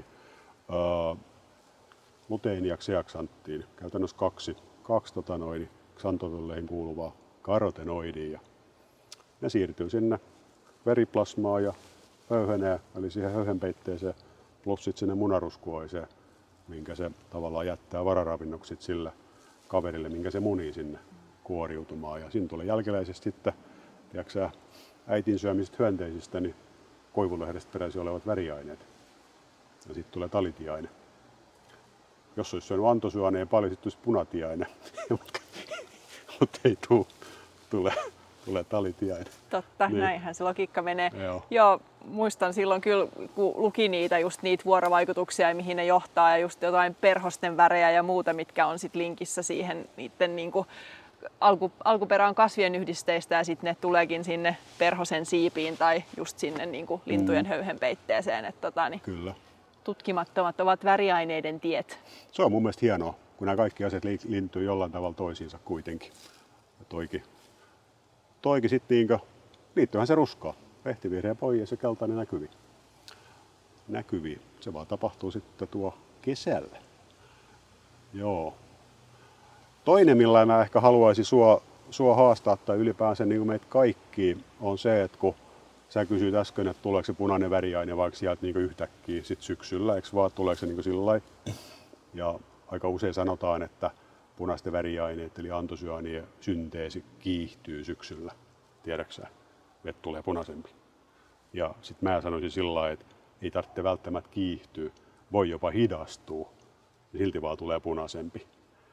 luteini ja zeaxanttiin. Käytännössä kaksi xantofylleihin kuuluvaa karotenoidia. Ne siirtyy sinne veriplasmaan ja höyhenee, eli siihen höyhenpeitteeseen, plus sitten sinne munaruskuoiseen, minkä se tavallaan jättää vararavinnoksi sillä kaverille, minkä se munii sinne kuoriutumaan. Ja siinä tulee jälkeläisesti sitten, tiedätkö äitin syömisistä hyönteisistä, niin koivulehdestä peräisin olevat väriaineet. Ja sitten tulee talitiainen. Jos olisi syönyt antosyöneen paljon, sitten tulisi punatiainen. Mutta ei tule talitiainen. Totta, niin. Näinhän se logiikka menee. Joo, muistan silloin kyllä, kun luki just niitä vuorovaikutuksia, mihin ne johtaa, ja just jotain perhosten värejä ja muuta, mitkä on sit linkissä siihen niiden niinku alkuperään kasvien yhdisteistä, ja sitten ne tuleekin sinne perhosen siipiin tai just sinne niinku lintujen höyhenpeitteeseen. Kyllä. Tutkimattomat ovat väriaineiden tiet. Se on mun mielestä hienoa, kun nämä kaikki asiat liittyy jollain tavalla toisiinsa kuitenkin. Ja toikin sitten liittyyhän se ruskaan. Lehtivihreä pois ja keltainen näkyviin. Se vaan tapahtuu sitten tuo kesällä. Joo. Toinen, millä mä ehkä haluaisin sua haastaa tai ylipäänsä niin kuin meitä kaikki, on se, että kun sä kysyit äsken, että tuleeko se punainen väriaine vaikka sieltä niin yhtäkkiä sit syksyllä, eikö vaan tuleeko se niin sillä lailla? Ja aika usein sanotaan, että punaisten väriaineet eli antosyanien synteesi kiihtyy syksyllä. Tiedäksä, että tulee punaisempi. Ja sitten mä sanoisin sillä lailla, että ei tarvitse välttämättä kiihtyä, voi jopa hidastua ja silti vaan tulee punaisempi.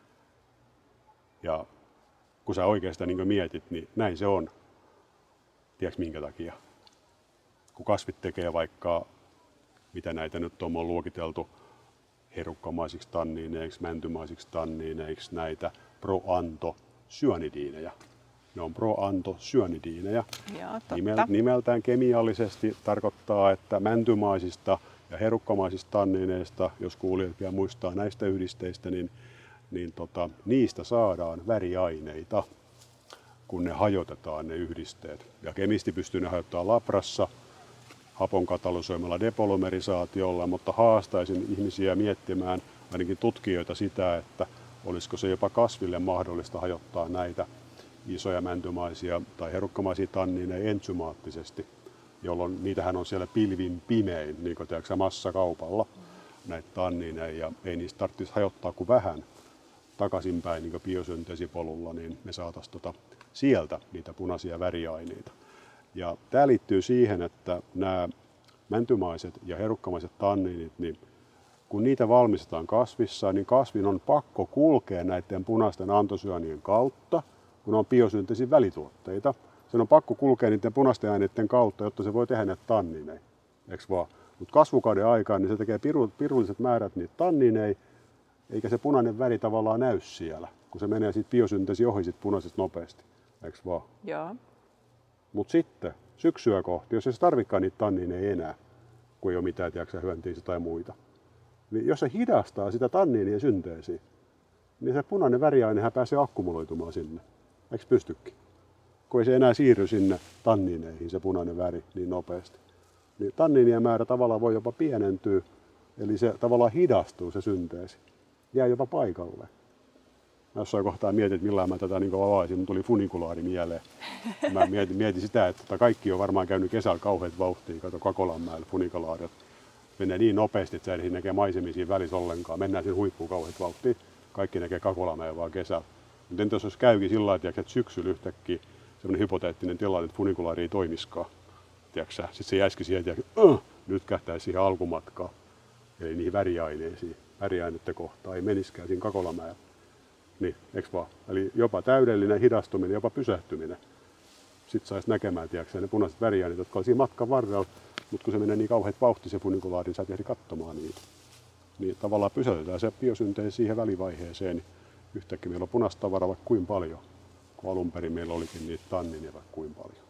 Ja kun sä oikeastaan niin mietit, niin näin se on. Tiedätkö minkä takia? Kun kasvit tekee vaikka, mitä näitä nyt on luokiteltu, herukkamaisiksi tanniineiksi, mäntymaisiksi tanniineiksi, näitä proantosyanidinejä. Ne on proantosyanidinejä. Nimeltään kemiallisesti tarkoittaa, että mäntymaisista ja herukkamaisista tanniineista, jos kuulijat vielä muistaa näistä yhdisteistä, niin niistä saadaan väriaineita, kun ne hajotetaan ne yhdisteet. Ja kemisti pystyy ne hajottamaan labrassa hapon katalysoimalla depolymerisaatiolla, mutta haastaisin ihmisiä miettimään, ainakin tutkijoita sitä, että olisiko se jopa kasville mahdollista hajottaa näitä isoja mäntymaisia tai herukkamaisia tanniineja entsymaattisesti, jolloin niitähän on siellä pilvin pimein, niin kuin tiedätkö, massakaupalla näitä tanniineja, ja ei niistä tarvitsisi hajottaa kuin vähän takaisinpäin niin biosynteesipolulla, niin me saataisiin sieltä niitä punaisia väriaineita. Ja tämä liittyy siihen, että nämä mäntymaiset ja herukkamaiset tanniinit, niin kun niitä valmistetaan kasvissa, niin kasvin on pakko kulkea näiden punaisten antosyönien kautta, kun on biosynteesin välituotteita. Sen on pakko kulkea niiden punaisten aineiden kautta, jotta se voi tehdä näitä tanniineja. Eikö vaan? Mutta kasvukauden aikaan niin se tekee pirulliset määrät niitä tanniineja, eikä se punainen väri tavallaan näy siellä, kun se menee siitä biosynteesin ohi sit punaisesta nopeasti. Eikö vaan? Joo. Mutta sitten syksyä kohti, jos ei se tarvikaan niitä tanniineja enää, kun ei ole mitään hyönteisiä tai muita, niin jos se hidastaa sitä tanniinien synteesiä, niin se punainen väriainehan pääsee akkumuloitumaan sinne. Eikö pystykin? Kun ei se enää siirry sinne tanniineihin, se punainen väri, niin nopeasti. Niin tanniinien määrä tavallaan voi jopa pienentyä, eli se tavallaan hidastuu se synteesi. Jää jopa paikalle. Mä jossain kohtaa mietin, että millään mä tätä niin avaisin, mun tuli funikulaari mieleen. Mä mietin sitä, että kaikki on varmaan käynyt kesällä kauheat vauhtia, kato Kakolanmäellä funikulaarit. Menee niin nopeasti, että sä ei näkee maisemia siinä välissä ollenkaan. Mennään siinä huippuun kauheat vauhtia. Kaikki näkee Kakolanmäellä vaan kesällä. Mutta entä jos käykin sillä lailla, että syksyllä yhtäkkiä semmoinen hypoteettinen tilanne, että funikulaari ei toimiskaan. Sitten se jäiski sieltä ja nyt kähtäisi siihen alkumatkaan. Eli niihin väriaineisiin. Väriaineiden kohtaan ei meniskään siinä Kakolanmäellä. Niin, eikö vaan? Eli jopa täydellinen hidastuminen, jopa pysähtyminen. Sitten saisi näkemään, ne punaiset väriaineet, jotka on siinä matkan varrella, mutta kun se menee niin kauheat vauhti se funikulaari, niin sä et ehdi katsomaan niitä. Niin tavallaan pysäytetään se biosynteesi siihen välivaiheeseen, niin yhtäkkiä meillä on punaista tavaraa vaikka kuin paljon, kun alun perin meillä olikin niitä tannineja vaikka kuin paljon.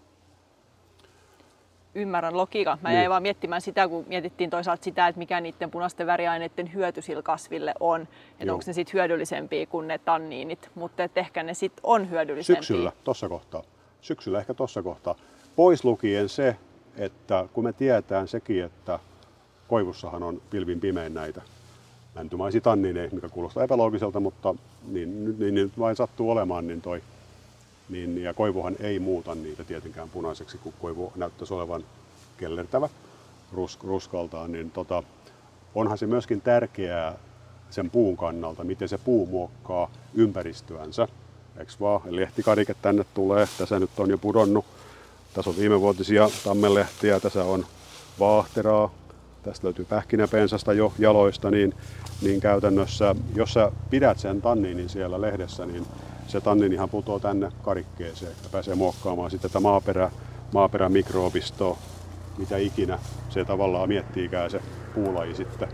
Ymmärrän logiikan. Mä jäin vaan miettimään sitä, kun mietittiin toisaalta sitä, että mikä niiden punaisten väriaineiden hyöty sillä kasville on. Että onko ne sitten hyödyllisempiä kuin ne tanniinit, mutta ehkä ne sitten on hyödyllisempiä. Syksyllä ehkä tuossa kohtaa. Pois lukien se, että kun me tiedetään sekin, että koivussahan on pilvin pimein näitä mäntymaisia tanniineja, mikä kuulostaa epäloogiselta, mutta niin nyt vain sattuu olemaan, ja koivuhan ei muuta niitä tietenkään punaiseksi, kun koivu näyttäisi olevan kellertävä ruskaltaan, niin onhan se myöskin tärkeää sen puun kannalta, miten se puu muokkaa ympäristöänsä. Eikö vaan? Lehtikarike tänne tulee, tässä nyt on jo pudonnut. Tässä on viimevuotisia tammenlehtiä, tässä on vaahteraa, tästä löytyy pähkinäpensasta jo jaloista, niin käytännössä, jos sä pidät sen tanniinin siellä lehdessä, niin se tanniinihan putoo tänne karikkeeseen ja pääsee muokkaamaan sitten tätä maaperämikroobistoa, mitä ikinä se tavallaan miettiikään se puulaji sitten.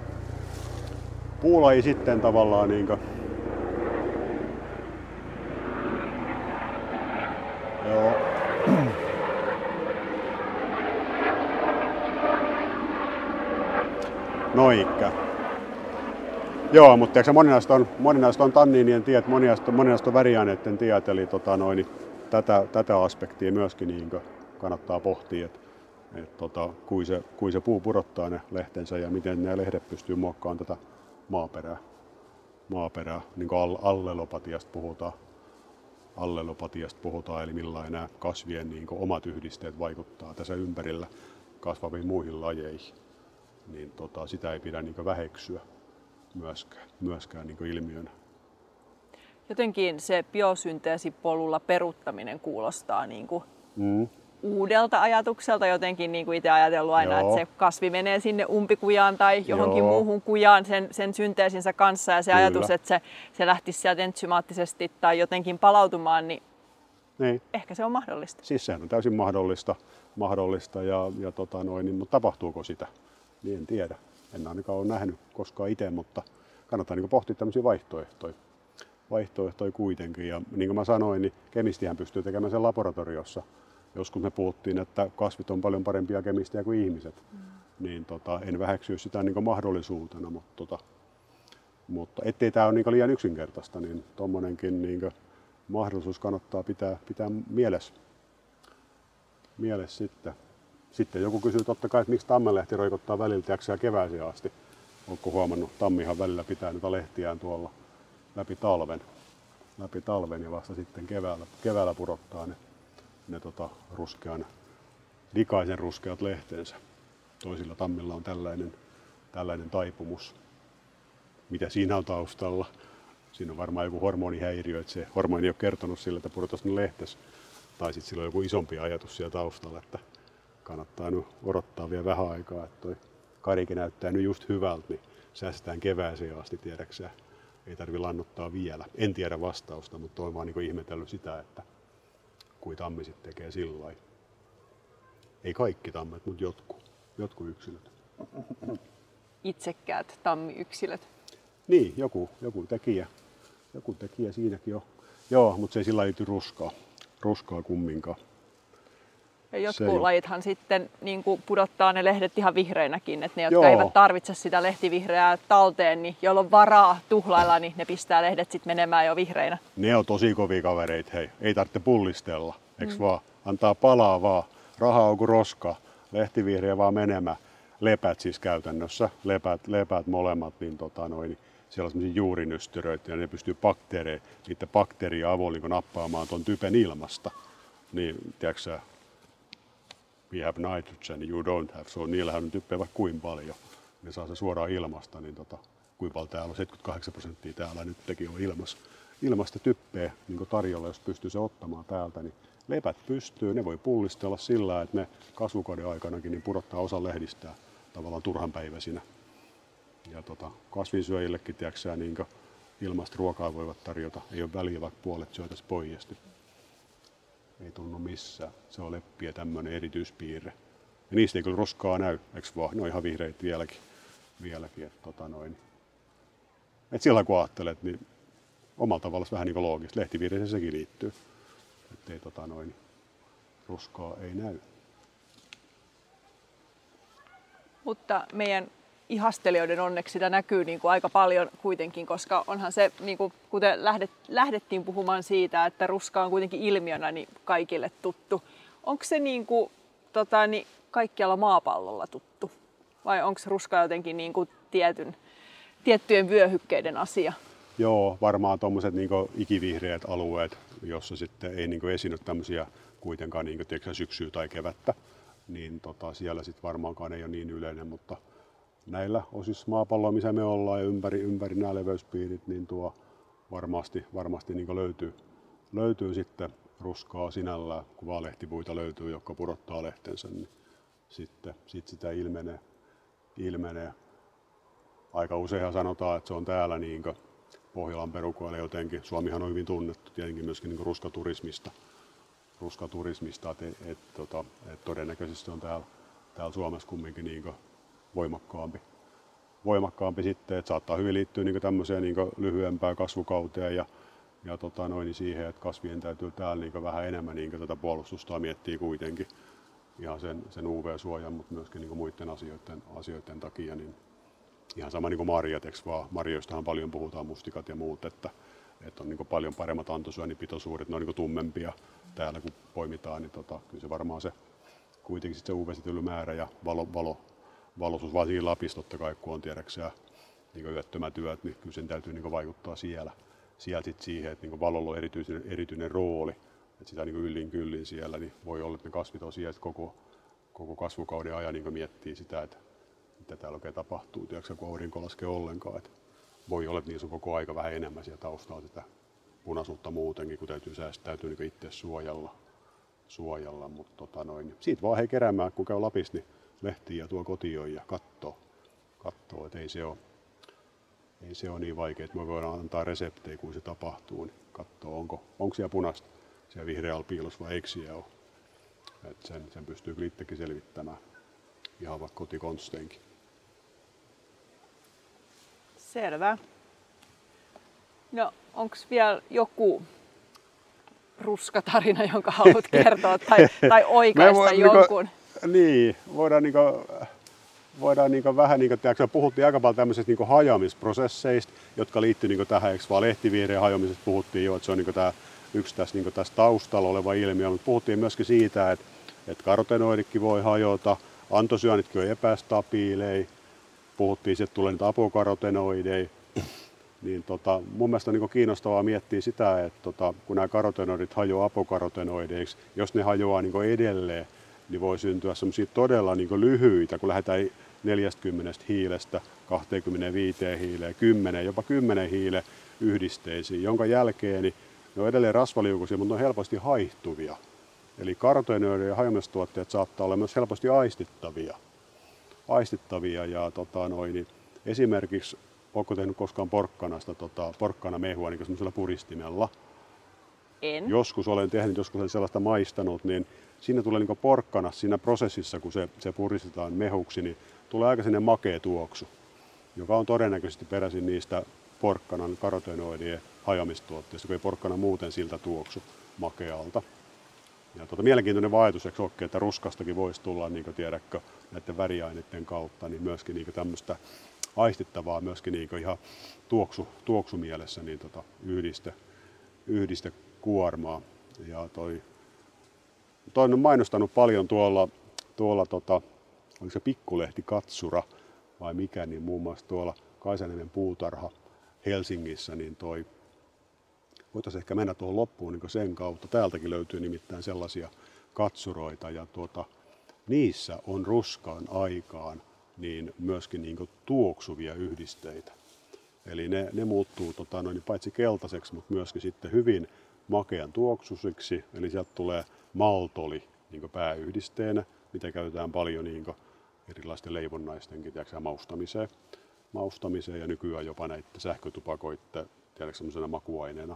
Puulaji sitten tavallaan niinkö. Joo. Noikka. Joo, mutta tiedätkö, moninaista on tanniinien tiet, moninaista on väriaineiden tiet, eli tätä aspektia myöskin niin kannattaa pohtia, että kui se puu pudottaa ne lehtensä ja miten ne lehdet pystyy muokkaamaan tätä maaperää, niin kuin allelopatiasta puhutaan, eli millainen nämä kasvien niin omat yhdisteet vaikuttaa tässä ympärillä kasvaviin muihin lajeihin, niin sitä ei pidä niin väheksyä myöskään niin ilmiönä. Jotenkin se biosynteesipolulla peruuttaminen kuulostaa niin kuin uudelta ajatukselta. Jotenkin niin kuin itse ajatellut aina, että se kasvi menee sinne umpikujaan tai johonkin muuhun kujaan sen synteesinsä kanssa. Ja se ajatus, että se lähtisi sieltä entsymaattisesti tai jotenkin palautumaan, niin ehkä se on mahdollista. Siis sehän on täysin mahdollista mutta tapahtuuko sitä? Niin en tiedä. En ainakaan ole nähnyt koskaan itse, mutta kannattaa niin pohtia tämmöisiä vaihtoehtoja kuitenkin. Ja niin kuin mä sanoin, niin kemistihän pystyy tekemään sen laboratoriossa. Joskus me puhuttiin, että kasvit on paljon parempia kemistejä kuin ihmiset. Niin en väheksy sitä niin mahdollisuutena, mutta ettei tämä ole niin liian yksinkertaista, niin tuommoinenkin niin mahdollisuus kannattaa pitää mielessä sitten. Sitten joku kysyy totta kai, että miksi tammenlehti roikottaa välillä kevääseen asti. Oletko huomannut, tammihan välillä pitää niitä lehtiään tuolla läpi talven ja vasta sitten keväällä pudottaa ne ruskean likaisen ruskeat lehtensä. Toisilla tammilla on tällainen taipumus. Mitä siinä on taustalla? Siinä on varmaan joku hormonihäiriö, että se hormoni ei ole kertonut sille, että pudotas ne lehtes. Tai sitten sillä on joku isompi ajatus siellä taustalla, että kannattaa nyt odottaa vielä vähän aikaa, että toi karike näyttää nyt just hyvältä, niin säästetään kevääseen asti, tiedäksä. Ei tarvi lannottaa vielä. En tiedä vastausta, mutta olen vaan niin ihmetellyt sitä, että kui tammi sitten tekee sillä lailla. Ei kaikki tammet, mutta jotkut yksilöt. Itsekkäät tammiyksilöt. Niin, joku tekijä siinäkin on. Joo, mutta se ei sillä liity ruskaa kumminkaan. Ja jotkut lajithan sitten niin kuin pudottaa ne lehdet ihan vihreinäkin, että ne, jotka eivät tarvitse sitä lehtivihreää talteen, niin joilla on varaa tuhlailla, niin ne pistää lehdet sitten menemään jo vihreinä. Ne on tosi kovia kavereita, hei. Ei tarvitse pullistella, eiks vaan? Antaa palaa vaan. Raha on kuin roska, lehtivihreä vaan menemään. Lepät siis käytännössä, lepät molemmat, niin, siellä on sellaisia juurinystyröitä ja ne pystyy niiden bakteerien avulla niin nappaamaan tuon typen ilmasta. Niin, tiedätkö we have nitrogen, you don't have, so niillähän on typpeä vaikka kuinka paljon. Ne saa se suoraan ilmasta, niin kuinka paljon täällä on, 78% täällä nytkin on ilmasta typpeä niin tarjolla, jos pystyy se ottamaan täältä. Niin lepät pystyy, ne voi pullistella sillä, että ne kasvukauden aikanakin niin pudottaa osa lehdistään tavallaan turhanpäiväisinä. Ja kasvinsyöjillekin tiedätkö, niin ilmasta ruokaa voivat tarjota, ei ole väliä vaikka puolet syötäisi poijasti. Ei tunnu missään. Se on leppiä tämmöinen erityispiirre. Ja niistä ei kyllä roskaa näy, eiks vaan? Ne on ihan vihreitä vieläkin. Et sillä kun ajattelet, niin omalla tavallaan vähän niin kuin loogista. Lehtivihreeseen sekin liittyy. Ettei roskaa ei näy. Mutta meidän ihastelijoiden onneksi sitä näkyy niin kuin aika paljon kuitenkin, koska onhan se, niin kuin, kuten lähdettiin puhumaan siitä, että ruska on kuitenkin ilmiönä niin kaikille tuttu. Onko se niin kuin, kaikkialla maapallolla tuttu? Vai onko ruska jotenkin niin kuin tiettyjen vyöhykkeiden asia? Joo, varmaan tuommoiset niin ikivihreät alueet, jossa sitten ei niin esiinny tämmöisiä kuitenkaan niin syksyä tai kevättä, niin siellä sitten varmaankaan ei ole niin yleinen, mutta näillä osissa maapalloa, missä me ollaan ja ympäri nämä leveyspiirit, niin tuo varmasti niin löytyy sitten ruskaa sinällään, kun vaan lehtipuita löytyy, jotka pudottaa lehtensä, niin sitten sitä ilmenee. Aika useinhan sanotaan, että se on täällä niin Pohjolan perukoilla jotenkin. Suomihan on hyvin tunnettu tietenkin myöskin niin ruskaturismista, että todennäköisesti on täällä Suomessa kumminkin niin voimakkaampi sitten, että saattaa hyvin liittyä niin tämmöiseen niin lyhyempään kasvukauteen ja siihen, että kasvien täytyy täällä niin vähän enemmän niin tätä puolustusta miettiä kuitenkin ihan sen UV-suojan, mutta myöskin niin muiden asioiden takia. Niin ihan sama niin kuin marjat, vaan marjoistahan paljon puhutaan, mustikat ja muut, että on niin paljon paremmat antosyönipitoisuudet, ne on niin tummempia täällä kun poimitaan, niin kyllä se varmaan se kuitenkin se UV-määrä ja valoisuus, varsinkin Lapissa totta kai, kun on tiedäksä niin yöttömät yöt, niin kyllä sen täytyy niin vaikuttaa siellä sit siihen, että niin valolla on erityinen rooli, että sitä niin yllin kyllin siellä, niin voi olla, että ne kasvit on siellä, että koko kasvukauden ajan niin miettii sitä, että mitä täällä oikein tapahtuu, tiedätkö, kun aurinko laskee ollenkaan. Että voi olla, että niissä on koko aika vähän enemmän siellä taustalla sitä punaisuutta muutenkin, kun täytyy niin itse suojella. Mutta siitä vaan keräämään, kun käy Lapissa, niin lehtiä ja tuo kotiin ja katsoo, että ei se ole niin vaikea, että me voidaan antaa reseptejä, kun se tapahtuu, niin katsoo, onko siellä punaista siellä vihreällä piilossa vai eikö siellä ole. Että sen pystyy kyllä itsekin selvittämään ihan vaikka kotikonsteinkin. Selvä. No, onko vielä joku ruskatarina, jonka haluat kertoa tai oikaista jonkun? Niin, voidaan vähän, puhuttiin aika paljon tämmöisistä hajoamisprosesseista, jotka liittyy tähän, eikö vaan lehtivihreän hajoamisesta puhuttiin jo, että se on yksi tässä taustalla oleva ilmiö, mutta puhuttiin myöskin siitä, että karotenoiditkin voi hajota, antosyönitkin on epästabiileja, puhuttiin, että tulee niitä apokarotenoideja, niin mun mielestä on kiinnostavaa miettiä sitä, että kun nämä karotenoidit hajoaa apokarotenoideiksi, jos ne hajoaa edelleen niin voi syntyä semmoisia todella niin lyhyitä, kun lähdetään 40 hiilestä 25 hiileen, 10, jopa 10 hiilen yhdisteisiin, jonka jälkeen niin ne on edelleen rasvaliukuisia, mutta ne on helposti haihtuvia. Eli karotenoidit ja hajoamistuotteet saattaa olla myös helposti aistittavia ja niin esimerkiksi, oletko tehnyt koskaan porkkanamehua niin semmoisella puristimella? En. Joskus olen tehnyt, joskus olen sellaista maistanut, niin siinä tulee niin porkkana siinä prosessissa, kun se puristetaan mehuksi, niin tulee aika sinne makea tuoksu, joka on todennäköisesti peräisin niistä porkkanan karotenoidien hajoamistuotteista, kun ei porkkana muuten siltä tuoksu makealta. Ja mielenkiintoinen vaikutus, eikö olekin, että ruskastakin voisi tulla, niin kuin tiedätkö, näiden väriaineiden kautta, niin myöskin niin tämmöistä aistittavaa, myöskin niin ihan tuoksumielessä niin yhdistekuormaa. Ja toi on mainostanut paljon tuolla oliko se Pikkulehti Katsura vai mikä, niin muun muassa tuolla Kaisaniemen puutarha Helsingissä, niin voitaisiin ehkä mennä tuohon loppuun niin sen kautta. Täältäkin löytyy nimittäin sellaisia katsuroita ja niissä on ruskaan aikaan niin myöskin niin tuoksuvia yhdisteitä. Eli ne muuttuu paitsi keltaiseksi, mutta myöskin sitten hyvin makean tuoksusiksi. Eli sieltä tulee maltoli niin pääyhdisteenä, mitä käytetään paljon niin erilaisten leivonnaistenkin maustamiseen ja nykyään jopa näiden sähkötupakoiden semmoisena makuaineena,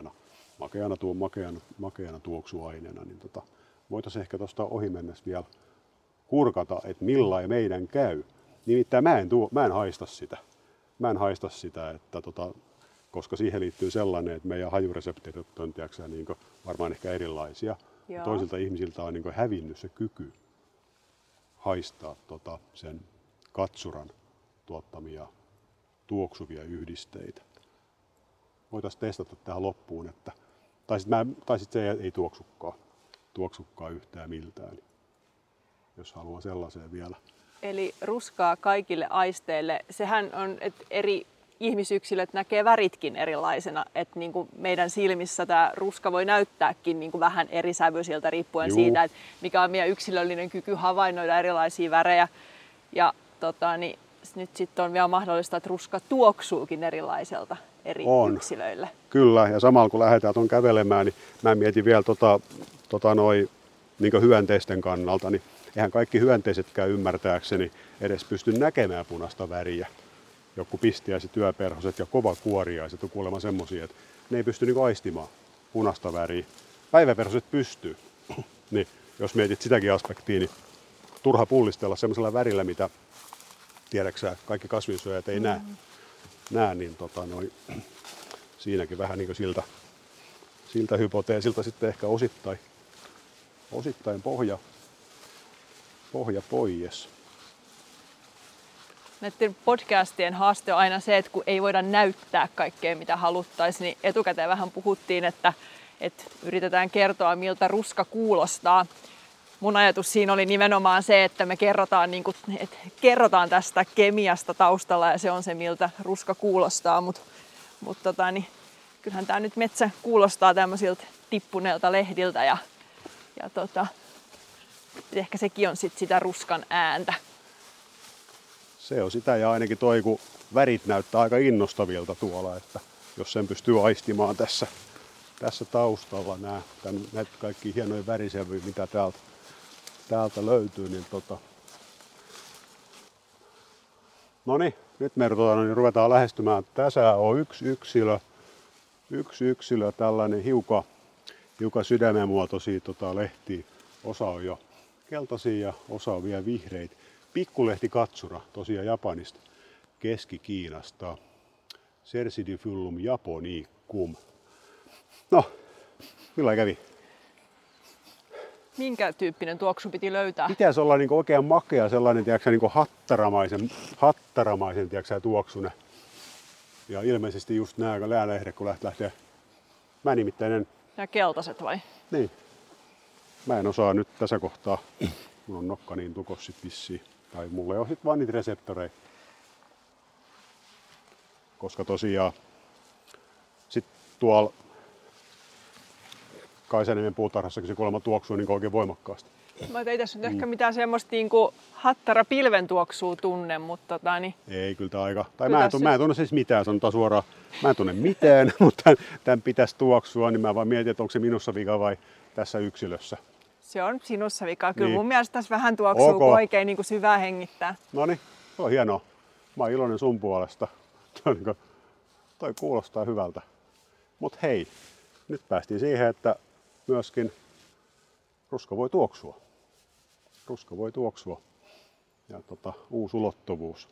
makeana tuoksuaineena. Niin voitaisiin ehkä tuosta ohi mennessä vielä kurkata, että millainen meidän käy. Nimittäin mä en haista sitä, että koska siihen liittyy sellainen, että meidän hajureseptorit on niin varmaan ehkä erilaisia. Toisilta ihmisiltä on niin hävinnyt se kyky haistaa sen katsuran tuottamia tuoksuvia yhdisteitä. Voitaisiin testata tähän loppuun, tai sitten se ei tuoksukkaan yhtään miltään, jos haluaa sellaiseen vielä. Eli ruskaa kaikille aisteille. Sehän on, että eri ihmisyksilöt näkee väritkin erilaisena, että niin kuin meidän silmissä tämä ruska voi näyttääkin niin kuin vähän eri sävyisiltä riippuen siitä, että mikä on meidän yksilöllinen kyky havainnoida erilaisia värejä. Ja niin nyt sitten on vielä mahdollista, että ruska tuoksuukin erilaiselta eri yksilöille. Kyllä, ja samalla kun lähdetään tuon kävelemään, niin mä mietin vielä niin hyönteisten kannalta, niin eihän kaikki hyönteisetkään ymmärtääkseni edes pysty näkemään punaista väriä. Joku pistiäiset, työperhoset ja kovakuoriaiset on kuulemma semmoisia, että ne ei pysty aistimaan punaista väriä. Päiväperhoset pystyy. Niin, jos mietit sitäkin aspektia, niin turha pullistella semmoisella värillä, mitä tiedäksä kaikki kasvinsyöjät ei näe, niin siinäkin vähän niin kuin siltä hypoteesilta sitten ehkä osittain pohja pois. Näiden podcastien haaste on aina se, että kun ei voida näyttää kaikkea mitä haluttaisiin, niin etukäteen vähän puhuttiin, että yritetään kertoa miltä ruska kuulostaa. Mun ajatus siinä oli nimenomaan se, että me kerrotaan tästä kemiasta taustalla ja se on se miltä ruska kuulostaa, mutta kyllähän tämä nyt metsä kuulostaa tämmöisiltä tippuneilta lehdiltä ja ehkä sekin on sit sitä ruskan ääntä. Se on sitä ja ainakin kun värit näyttää aika innostavilta tuolla, että jos sen pystyy aistimaan tässä taustalla näitä kaikki hienoja värisävyjä, mitä täältä löytyy, niin Noniin, nyt me ruvetaan lähestymään. Tässä on yksi yksilö, tällainen hiukan sydämen muotoisia lehtiä. Osa on jo keltaisia ja osa on vielä vihreitä. Pikkulehti Katsura, tosiaan Japanista, Keski-Kiinasta. Cercidifyllum japonicum. No, millä kävi? Minkä tyyppinen tuoksu piti löytää? Pitäisi olla niinku oikein makea, sellainen niinku hattaramaisen tuoksune. Ja ilmeisesti just nämä lehdet, kun lähtee. Mä nimittäin en... Nämä keltaiset vai? Niin. Mä en osaa nyt tässä kohtaa. Mun on nokka niin tukos sit vissiin. Tai mulla ei ole sit vaan niitä reseptoreja. Koska tosiaan sit tuolla Kaisaniemen puutarhassakin se kuulemma tuoksuu niin oikein voimakkaasti. Ei tässä nyt ehkä mitään semmoista niinku hattara pilventuoksua tunne, mutta Ei, kyllä tämä aika... Mä en tunne siis mitään, sanotaan suoraan. Mä en tunne mitään, mutta tämän pitäisi tuoksua, niin mä vaan mietin, että onko se minussa vika vai tässä yksilössä. Se on sinussa vika. Kyllä niin. Mun mielestä tässä vähän tuoksuu, kun oikein niin kuin syvää hengittää. Noniin, se on hienoa. Mä oon iloinen sun puolesta. Toi kuulostaa hyvältä. Mut hei, nyt päästiin siihen, että myöskin ruska voi tuoksua. Ruska voi tuoksua. Ja uusi ulottuvuus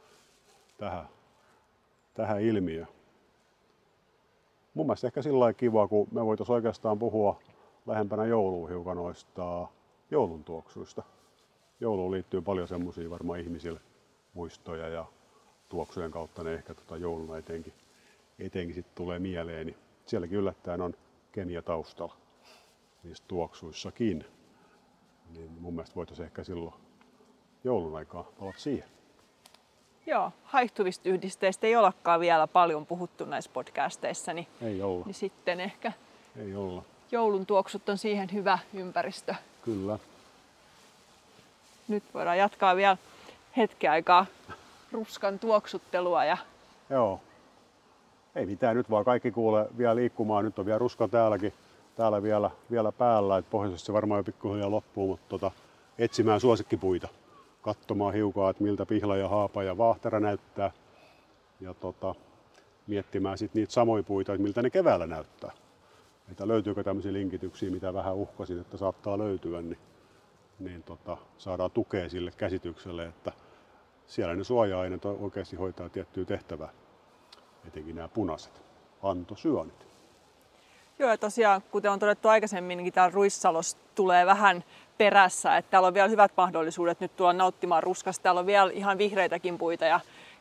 tähän ilmiöön. Mun mielestä ehkä sillä lailla kiva, kun me voitaisiin oikeastaan puhua lähempänä joulua hiukan noista joulun tuoksuista. Jouluun liittyy paljon semmoisia varmaan ihmisille muistoja ja tuoksujen kautta ne ehkä jouluna etenkin sit tulee mieleen. Niin sielläkin yllättäen on kemia taustalla niissä tuoksuissakin. Niin mun mielestä voitaisiin ehkä silloin joulun aikaa palata siihen. Joo, haihtuvista yhdisteistä ei olekaan vielä paljon puhuttu näissä podcasteissa, niin, ei olla. Niin sitten ehkä ei olla. Joulun tuoksut on siihen hyvä ympäristö. Kyllä. Nyt voidaan jatkaa vielä hetken aikaa ruskan tuoksuttelua. Joo. Ei mitään, nyt vaan kaikki kuulee vielä liikkumaan. Nyt on vielä ruska täällä vielä päällä. Et pohjoisessa se varmaan jo pikkuhiljaa loppuu, mutta etsimään suosikkipuita. Katsomaan hiukan, että miltä pihla ja haapa ja vaahtera näyttää. Ja miettimään sitten niitä samoja puita, että miltä ne keväällä näyttää. Että löytyykö tämmöisiä linkityksiä, mitä vähän uhkasin, että saattaa löytyä, niin saadaan tukea sille käsitykselle, että siellä ne suoja-aineet oikeasti hoitaa tiettyä tehtävää. Etenkin nämä punaiset antosyönit. Joo, ja tosiaan, kuten on todettu aikaisemmin, niin täällä Ruissalossa tulee vähän perässä, että täällä on vielä hyvät mahdollisuudet nyt tulla nauttimaan ruskasta. Täällä on vielä ihan vihreitäkin puita,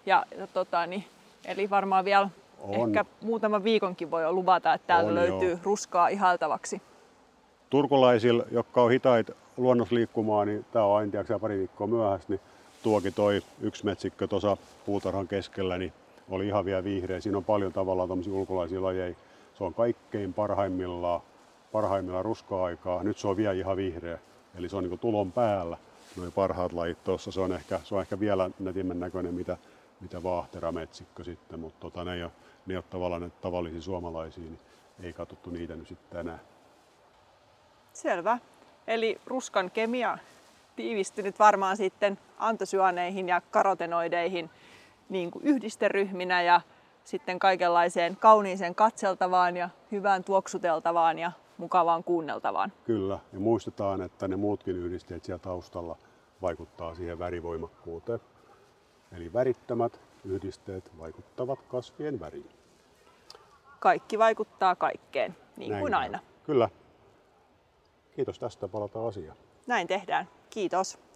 eli varmaan vielä ehkä muutaman viikonkin voi jo luvata, että täältä löytyy ruskaa ihailtavaksi. Turkulaisilla, jotka on hitaita luonnossa liikkumaan, niin tämä on aina pari viikkoa myöhässä, niin tuokin toi yksi metsikkö tuossa puutarhan keskellä, niin oli ihan vielä vihreä. Siinä on paljon tavallaan tämmöisiä ulkolaisia lajeja. Se on kaikkein parhaimmillaan ruska-aikaa. Nyt se on vielä ihan vihreä. Eli se on niin tulon päällä. Nuo parhaat lajit tuossa. Se on ehkä vielä nätimmän näköinen, mitä vaahterametsikkö sitten. Mutta ne ei ole tavallaan tavallisia suomalaisia, niin ei katsottu niitä nyt sitten enää. Selvä. Eli ruskan kemia tiivistyi nyt varmaan sitten antosyaneihin ja karotenoideihin niin kuin yhdisteryhminä ja sitten kaikenlaiseen kauniiseen katseltavaan ja hyvään tuoksuteltavaan ja mukavaan kuunneltavaan. Kyllä, ja muistetaan, että ne muutkin yhdisteet siellä taustalla vaikuttaa siihen värivoimakkuuteen. Eli värittömät yhdisteet vaikuttavat kasvien väriin. Kaikki vaikuttaa kaikkeen, niin näin kuin aina. Kyllä. Kiitos tästä, palataan asiaan. Näin tehdään. Kiitos.